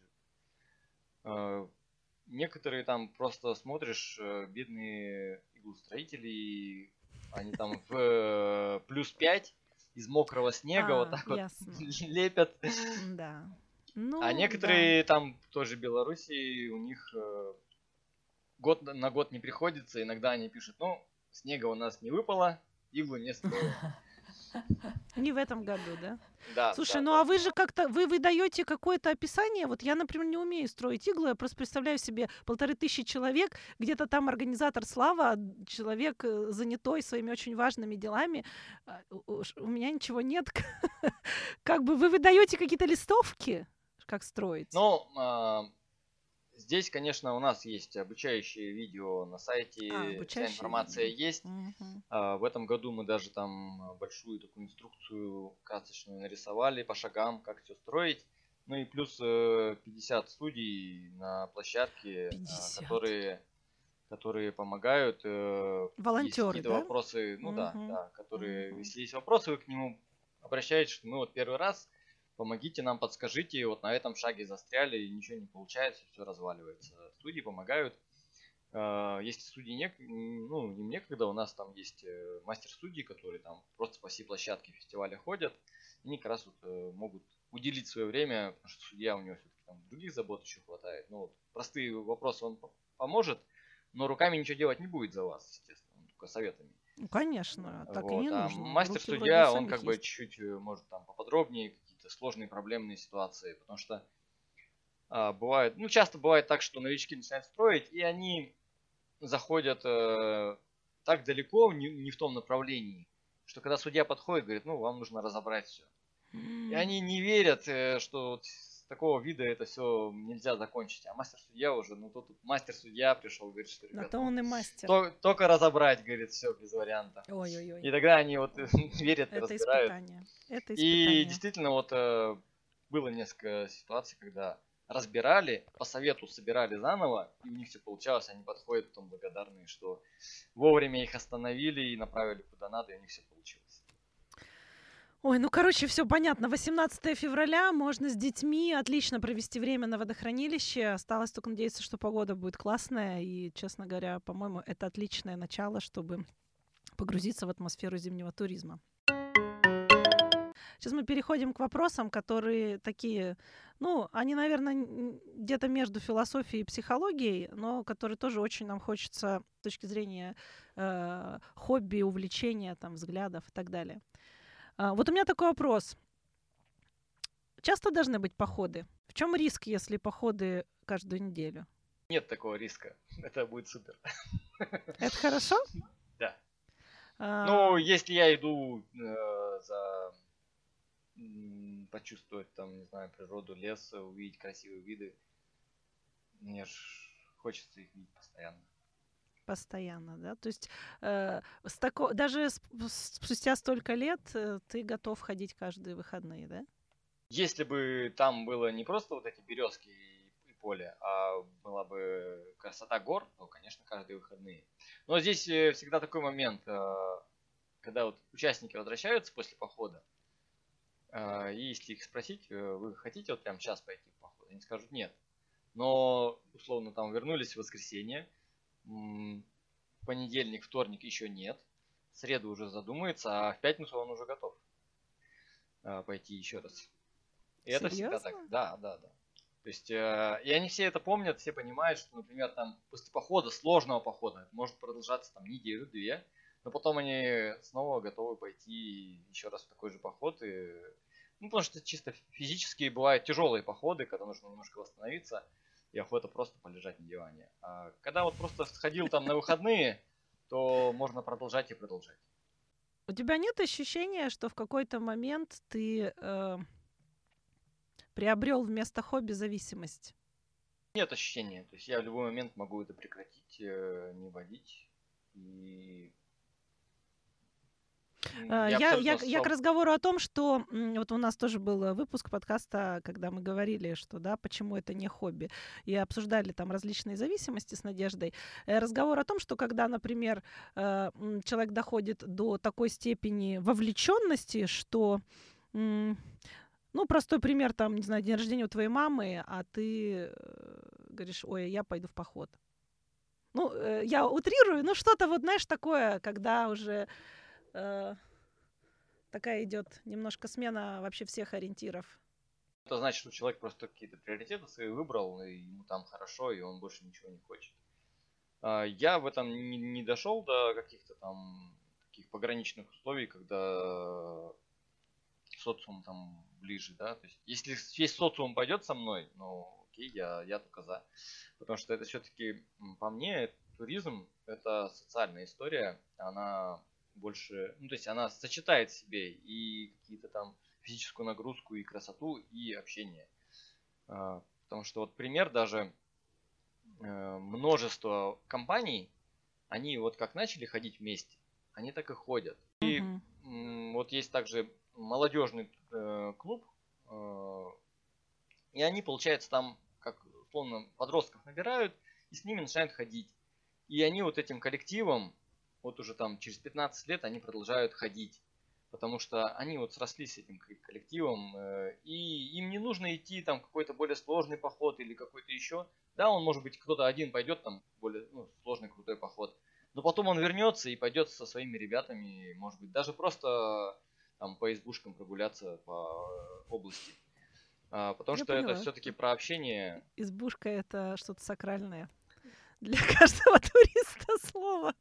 Некоторые там просто смотришь, бедные иглостроители, они там в плюс 5 из мокрого снега вот так вот Ясно. лепят. Да. Ну, А некоторые там тоже Белоруссии, у них год на год не приходится. Иногда они пишут, снега у нас не выпало, иглу не строим. Не в этом году, да? Да. Слушай, а вы же как-то, вы даете какое-то описание? Вот я, например, не умею строить иглу, я просто представляю себе 1500 человек, где-то там организатор Слава, человек занятой своими очень важными делами. У меня ничего нет. Как бы вы выдаете какие-то листовки, как строить? Здесь, конечно, у нас есть обучающие видео на сайте, вся информация есть. В этом году мы даже там большую такую инструкцию красочную нарисовали по шагам, как все строить. Ну и плюс 50 студий на площадке, 50. которые помогают. Волонтеры, есть какие-то да? вопросы, которые, если есть вопросы, вы к нему обращаетесь, что мы вот первый раз, помогите нам, подскажите, вот на этом шаге застряли, и ничего не получается, все разваливается. Студии помогают. Если студии им некогда, у нас там есть мастер-студии, которые там просто по всей площадке фестиваля ходят, они как раз вот могут уделить свое время, потому что судья у него все-таки там других забот еще хватает. Простые вопросы он поможет, но руками ничего делать не будет за вас, естественно, только советами. Ну, конечно, так и не нужно. Мастер-судья, он как бы чуть-чуть может там поподробнее, какие-то сложные проблемные ситуации, потому что бывает, часто бывает так, что новички начинают строить, и они заходят так далеко, не в том направлении, что когда судья подходит, говорит, вам нужно разобрать все. И они не верят, что вот с такого вида это все нельзя закончить. А мастер-судья уже, тут мастер-судья пришел, говорит, что, ребята, то он и мастер. Только разобрать, говорит, все без вариантов. Ой-ой-ой. И тогда они вот верят и разбирают. Это испытание. И действительно вот было несколько ситуаций, когда разбирали, по совету собирали заново, и у них все получалось, они подходят потом благодарные, что вовремя их остановили и направили куда надо, и у них все получилось. Ой, все понятно. 18 февраля можно с детьми отлично провести время на водохранилище. Осталось только надеяться, что погода будет классная. И, честно говоря, по-моему, это отличное начало, чтобы погрузиться в атмосферу зимнего туризма. Сейчас мы переходим к вопросам, которые такие, они, наверное, где-то между философией и психологией, но которые тоже очень нам хочется с точки зрения хобби, увлечения, взглядов и так далее. Вот у меня такой вопрос. Часто должны быть походы? В чем риск, если походы каждую неделю? Нет такого риска. Это будет супер. Это хорошо? Да. Если я иду почувствовать природу, лес, увидеть красивые виды, мне ж хочется их видеть постоянно. Постоянно, да? То есть даже спустя столько лет ты готов ходить каждые выходные, да? Если бы там было не просто вот эти березки и поле, а была бы красота гор, то, конечно, каждые выходные. Но здесь всегда такой момент. когда вот участники возвращаются после похода, и если их спросить, вы хотите вот прямо сейчас пойти в поход, они скажут нет. Но, условно, там вернулись в воскресенье, понедельник, вторник еще нет, в среду уже задумается, а в пятницу он уже готов пойти еще раз. И это всегда так. Да. То есть, и они все это помнят, все понимают, что, например, там после похода, сложного похода, это может продолжаться там неделю-две, но потом они снова готовы пойти еще раз в такой же поход. Ну, потому что чисто физически бывают тяжелые походы, когда нужно немножко восстановиться, и охота просто полежать на диване. А когда вот просто сходил там на выходные, то можно продолжать и продолжать. У тебя нет ощущения, что в какой-то момент ты приобрел вместо хобби зависимость? Нет ощущения. То есть я в любой момент могу это прекратить, не водить. И я к разговору о том, что вот у нас тоже был выпуск подкаста, когда мы говорили, что да, почему это не хобби, и обсуждали там различные зависимости с Надеждой. Разговор о том, что когда, например, человек доходит до такой степени вовлеченности, что ну, простой пример, там, не знаю, день рождения у твоей мамы, а ты говоришь, ой, я пойду в поход. Ну, я утрирую, но что-то вот, знаешь, такое, когда уже такая идет немножко смена вообще всех ориентиров. Это значит, что человек просто какие-то приоритеты свои выбрал, и ему там хорошо, и он больше ничего не хочет. Я в этом не дошел до каких-то там таких пограничных условий, когда социум там ближе, да, то есть если весь социум пойдет со мной, ну окей, я только за, потому что это все-таки по мне туризм это социальная история, она больше, ну то есть она сочетает в себе и какие-то там физическую нагрузку, и красоту, и общение, потому что вот пример даже множество компаний, они вот как начали ходить вместе, они так и ходят. И вот есть также молодежный клуб, и они, получается, там, как условно, подростков набирают, и с ними начинают ходить. И они вот этим коллективом, вот уже там через 15 лет они продолжают ходить, потому что они вот срослись с этим коллективом, и им не нужно идти там какой-то более сложный поход или какой-то еще. Да, он, может быть, кто-то один пойдет там более сложный, крутой поход, но потом он вернется и пойдет со своими ребятами, может быть, даже просто там по избушкам прогуляться по области. Потому что это все-таки про общение. Избушка — это что-то сакральное для каждого туриста слово.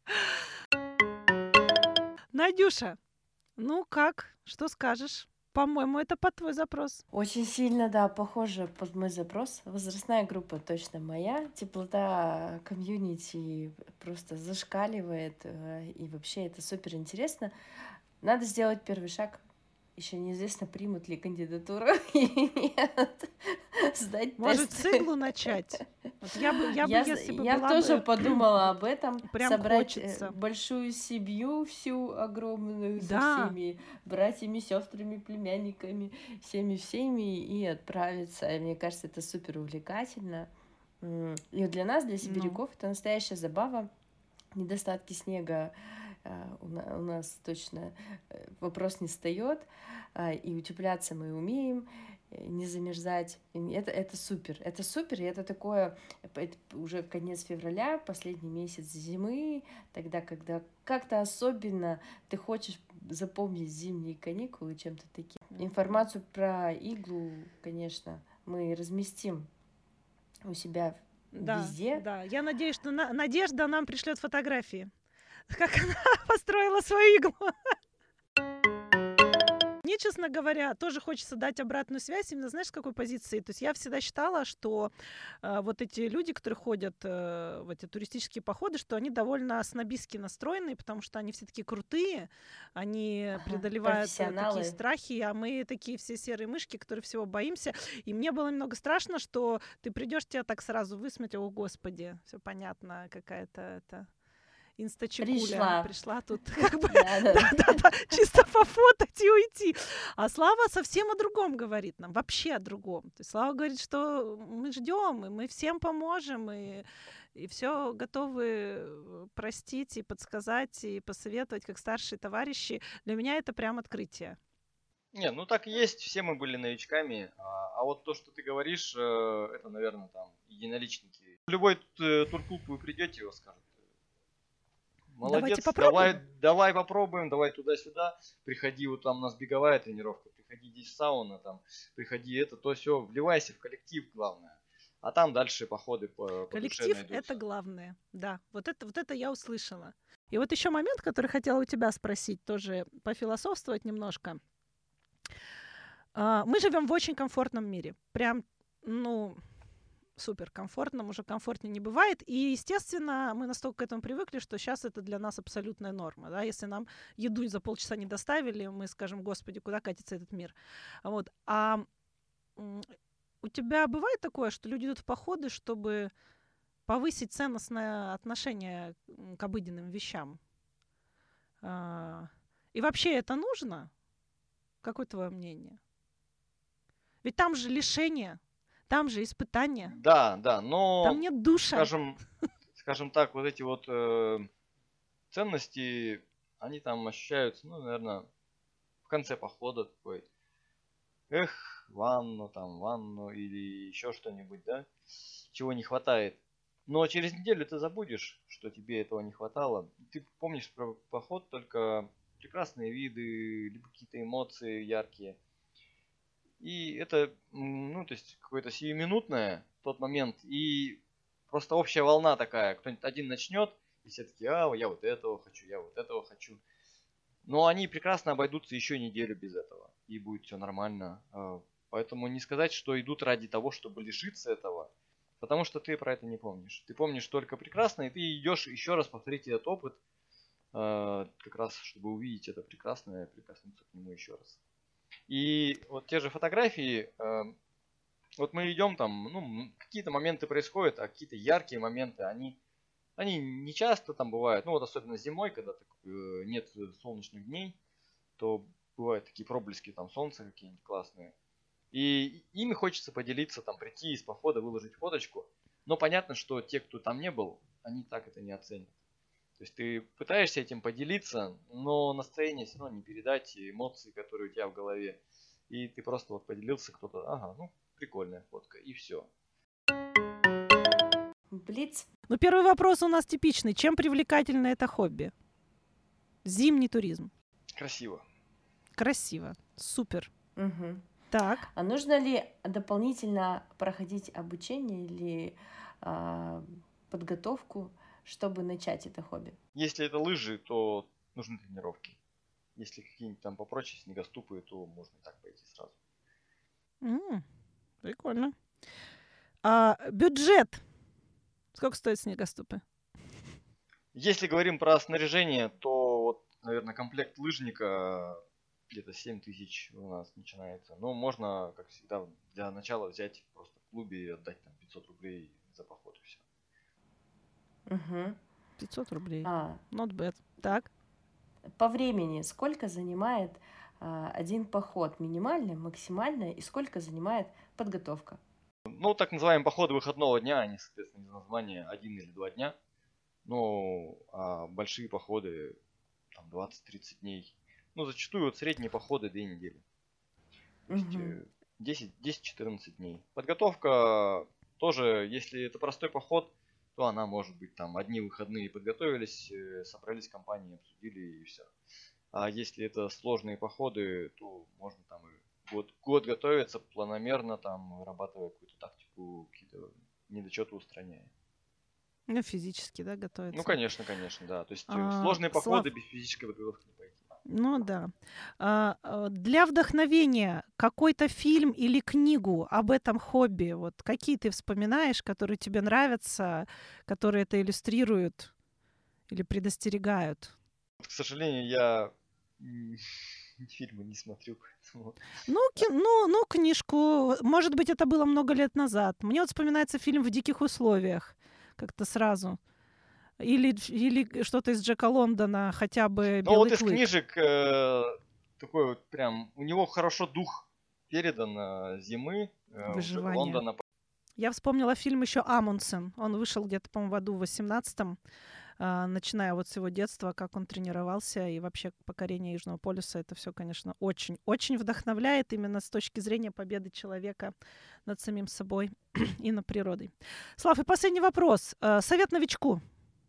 Надюша, ну как? Что скажешь? По-моему, это под твой запрос. Очень сильно, да, похоже под мой запрос. Возрастная группа точно моя. Теплота комьюнити просто зашкаливает. И вообще это супер интересно. Надо сделать первый шаг. Еще неизвестно, примут ли кандидатуру или нет. Сдать Может, тест. с иглу начать? Вот Я тоже подумала об этом. Прям собрать хочется. Большую семью, всю огромную, Да. со всеми братьями, сестрами, племянниками, всеми и отправиться. И мне кажется, это супер увлекательно. И для нас, для сибиряков, это настоящая забава. Недостатки снега у нас точно вопрос не встает, и утепляться мы умеем, не замерзать. Это супер, и это такое, это уже конец февраля, последний месяц зимы, тогда, когда как-то особенно ты хочешь запомнить зимние каникулы чем-то таким. Информацию про иглу, конечно, мы разместим у себя везде. Да, я надеюсь, что Надежда нам пришлет фотографии, как она построила свою иглу. Мне, честно говоря, тоже хочется дать обратную связь, именно знаешь, с какой позиции? То есть я всегда считала, что вот эти люди, которые ходят в эти туристические походы, что они довольно снобистски настроены, потому что они все такие крутые, они преодолевают такие страхи, а мы такие все серые мышки, которые всего боимся. И мне было немного страшно, что ты придешь, тебя так сразу высмотрят, о господи, все понятно, какая-то это... инстачекуля. Пришла тут чисто пофотать и уйти. А Слава совсем о другом говорит нам, вообще о другом. То есть Слава говорит, что мы ждем, и мы всем поможем, и все готовы простить и подсказать, и посоветовать, как старшие товарищи. Для меня это прям открытие. Не, ну так и есть, все мы были новичками, а вот то, что ты говоришь, это, наверное, там единоличники. В любой турклуб вы придете, его скажут: молодец, давай попробуем, давай туда-сюда, приходи, вот там у нас беговая тренировка, приходи здесь сауна, там, приходи это, то все, вливайся в коллектив, главное. А там дальше походы по коллектив — это главное, да, вот это я услышала. И вот еще момент, который хотела у тебя спросить, тоже пофилософствовать немножко. Мы живем в очень комфортном мире, прям, супер комфортном, уже комфортнее не бывает. И, естественно, мы настолько к этому привыкли, что сейчас это для нас абсолютная норма. Да? Если нам еду за полчаса не доставили, мы скажем: Господи, куда катится этот мир? Вот. А у тебя бывает такое, что люди идут в походы, чтобы повысить ценностное отношение к обыденным вещам? И вообще это нужно? Какое твое мнение? Ведь там же лишение, там же испытания. Да, но... Там нет душа. Скажем так, вот эти вот ценности, они там ощущаются, наверное, в конце похода такой: ванну или еще что-нибудь, да, чего не хватает. Но через неделю ты забудешь, что тебе этого не хватало. Ты помнишь про поход только прекрасные виды, либо какие-то эмоции яркие. И это, то есть какое-то сиюминутное в тот момент. И просто общая волна такая. Кто-нибудь один начнет, и все такие: я вот этого хочу, я вот этого хочу. Но они прекрасно обойдутся еще неделю без этого. И будет все нормально. Поэтому не сказать, что идут ради того, чтобы лишиться этого. Потому что ты про это не помнишь. Ты помнишь только прекрасно, и ты идешь еще раз повторить этот опыт. Как раз, чтобы увидеть это прекрасное, прикоснуться к нему еще раз. И вот те же фотографии, вот мы идем там, какие-то моменты происходят, а какие-то яркие моменты, они не часто там бывают. Вот особенно зимой, когда нет солнечных дней, то бывают такие проблески там солнца какие-нибудь классные. И ими хочется поделиться, там прийти из похода, выложить фоточку. Но понятно, что те, кто там не был, они так это не оценят. То есть ты пытаешься этим поделиться, но настроение все равно не передать, эмоции, которые у тебя в голове. И ты просто вот поделился, кто-то: прикольная фотка, и все. Блиц. Первый вопрос у нас типичный. Чем привлекательно это хобби? Зимний туризм. Красиво. Красиво. Супер. Угу. Так. А нужно ли дополнительно проходить обучение или подготовку, чтобы начать это хобби? Если это лыжи, то нужны тренировки. Если какие-нибудь там попроще снегоступы, то можно и так пойти сразу. Прикольно. Бюджет. Сколько стоят снегоступы? Если говорим про снаряжение, то вот, наверное, комплект лыжника где-то 7 тысяч у нас начинается. Но можно, как всегда, для начала взять просто в клубе и отдать там 500 рублей за поход и все. Угу. 500 рублей. Not bad. Так. По времени сколько занимает один поход? Минимально, максимально? И сколько занимает подготовка? Так называемые походы выходного дня, они, соответственно, из названия 1 или 2 дня. А большие походы там 20-30 дней. Зачастую вот средние походы 2 недели. То есть 10-14 дней. Подготовка тоже, если это простой поход, то она может быть там одни выходные подготовились, собрались в компании, обсудили и все. А если это сложные походы, то можно там и год готовиться планомерно, там вырабатывая какую-то тактику, какие-то недочеты устраняя. Физически, да, готовиться? Конечно, да. То есть сложные походы без физической подготовки не пойти. Да. Для вдохновения какой-то фильм или книгу об этом хобби, вот какие ты вспоминаешь, которые тебе нравятся, которые это иллюстрируют или предостерегают? К сожалению, я фильмы не смотрю. Поэтому... Книжку. Может быть, это было много лет назад. Мне вот вспоминается фильм «В диких условиях». Как-то сразу. Или что-то из Джека Лондона, хотя бы Ну вот «Белый из клык». книжек такой вот прям, у него хорошо дух передан зимы, у Джека Выживание. Лондона. Я вспомнила фильм еще «Амундсен». Он вышел где-то, по-моему, в году в 18-м, начиная вот с его детства, как он тренировался, и вообще покорение Южного полюса. Это все, конечно, очень-очень вдохновляет именно с точки зрения победы человека над самим собой и над природой. Слав, и последний вопрос. Совет новичку.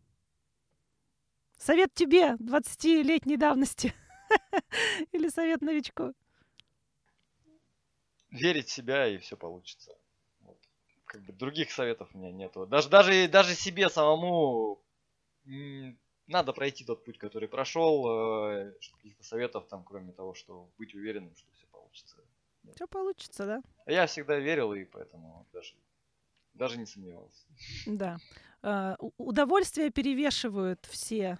Совет тебе 20-летней давности. Или совет новичку. Верить в себя, и все получится. Вот. Как бы других советов у меня нету. Даже себе самому надо пройти тот путь, который прошел. Каких-то советов там, кроме того, что быть уверенным, что все получится. Нет. Все получится, да? Я всегда верил, и поэтому даже не сомневался. Да. Удовольствия перевешивают все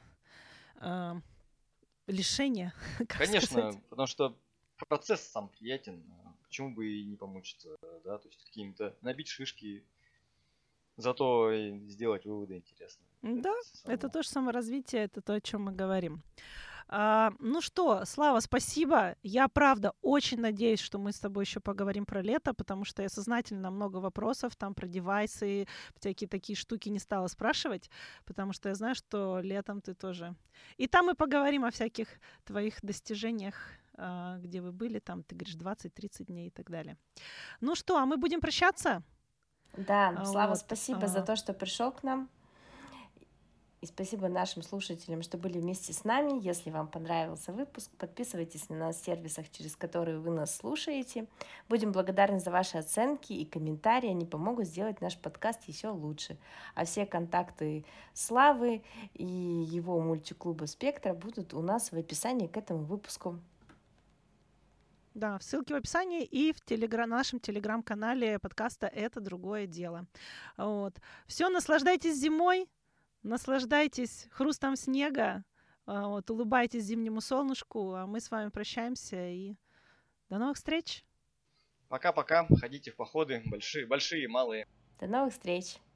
лишения. Конечно, потому что процесс сам приятен. Почему бы и не помучиться, да? То есть какими-то набить шишки, зато и сделать выводы интересные. Да, это тоже саморазвитие, это то, о чем мы говорим. Ну что, Слава, спасибо. Я, правда, очень надеюсь, что мы с тобой еще поговорим про лето, потому что я сознательно много вопросов там про девайсы, всякие такие штуки не стала спрашивать, потому что я знаю, что летом ты тоже. И там мы поговорим о всяких твоих достижениях, где вы были, там, ты говоришь, 20-30 дней и так далее. Ну что, а мы будем прощаться? Да, Слава, спасибо за то, что пришел к нам. И спасибо нашим слушателям, что были вместе с нами. Если вам понравился выпуск, подписывайтесь на нас в сервисах, через которые вы нас слушаете. Будем благодарны за ваши оценки и комментарии. Они помогут сделать наш подкаст еще лучше. А все контакты Славы и его мультиклуба «Спектра» будут у нас в описании к этому выпуску. Да, ссылки в описании и в нашем телеграм-канале подкаста «Это другое дело». Вот. Все, наслаждайтесь зимой. Наслаждайтесь хрустом снега, вот, улыбайтесь зимнему солнышку, а мы с вами прощаемся и до новых встреч. Пока-пока, ходите в походы, большие и малые. До новых встреч.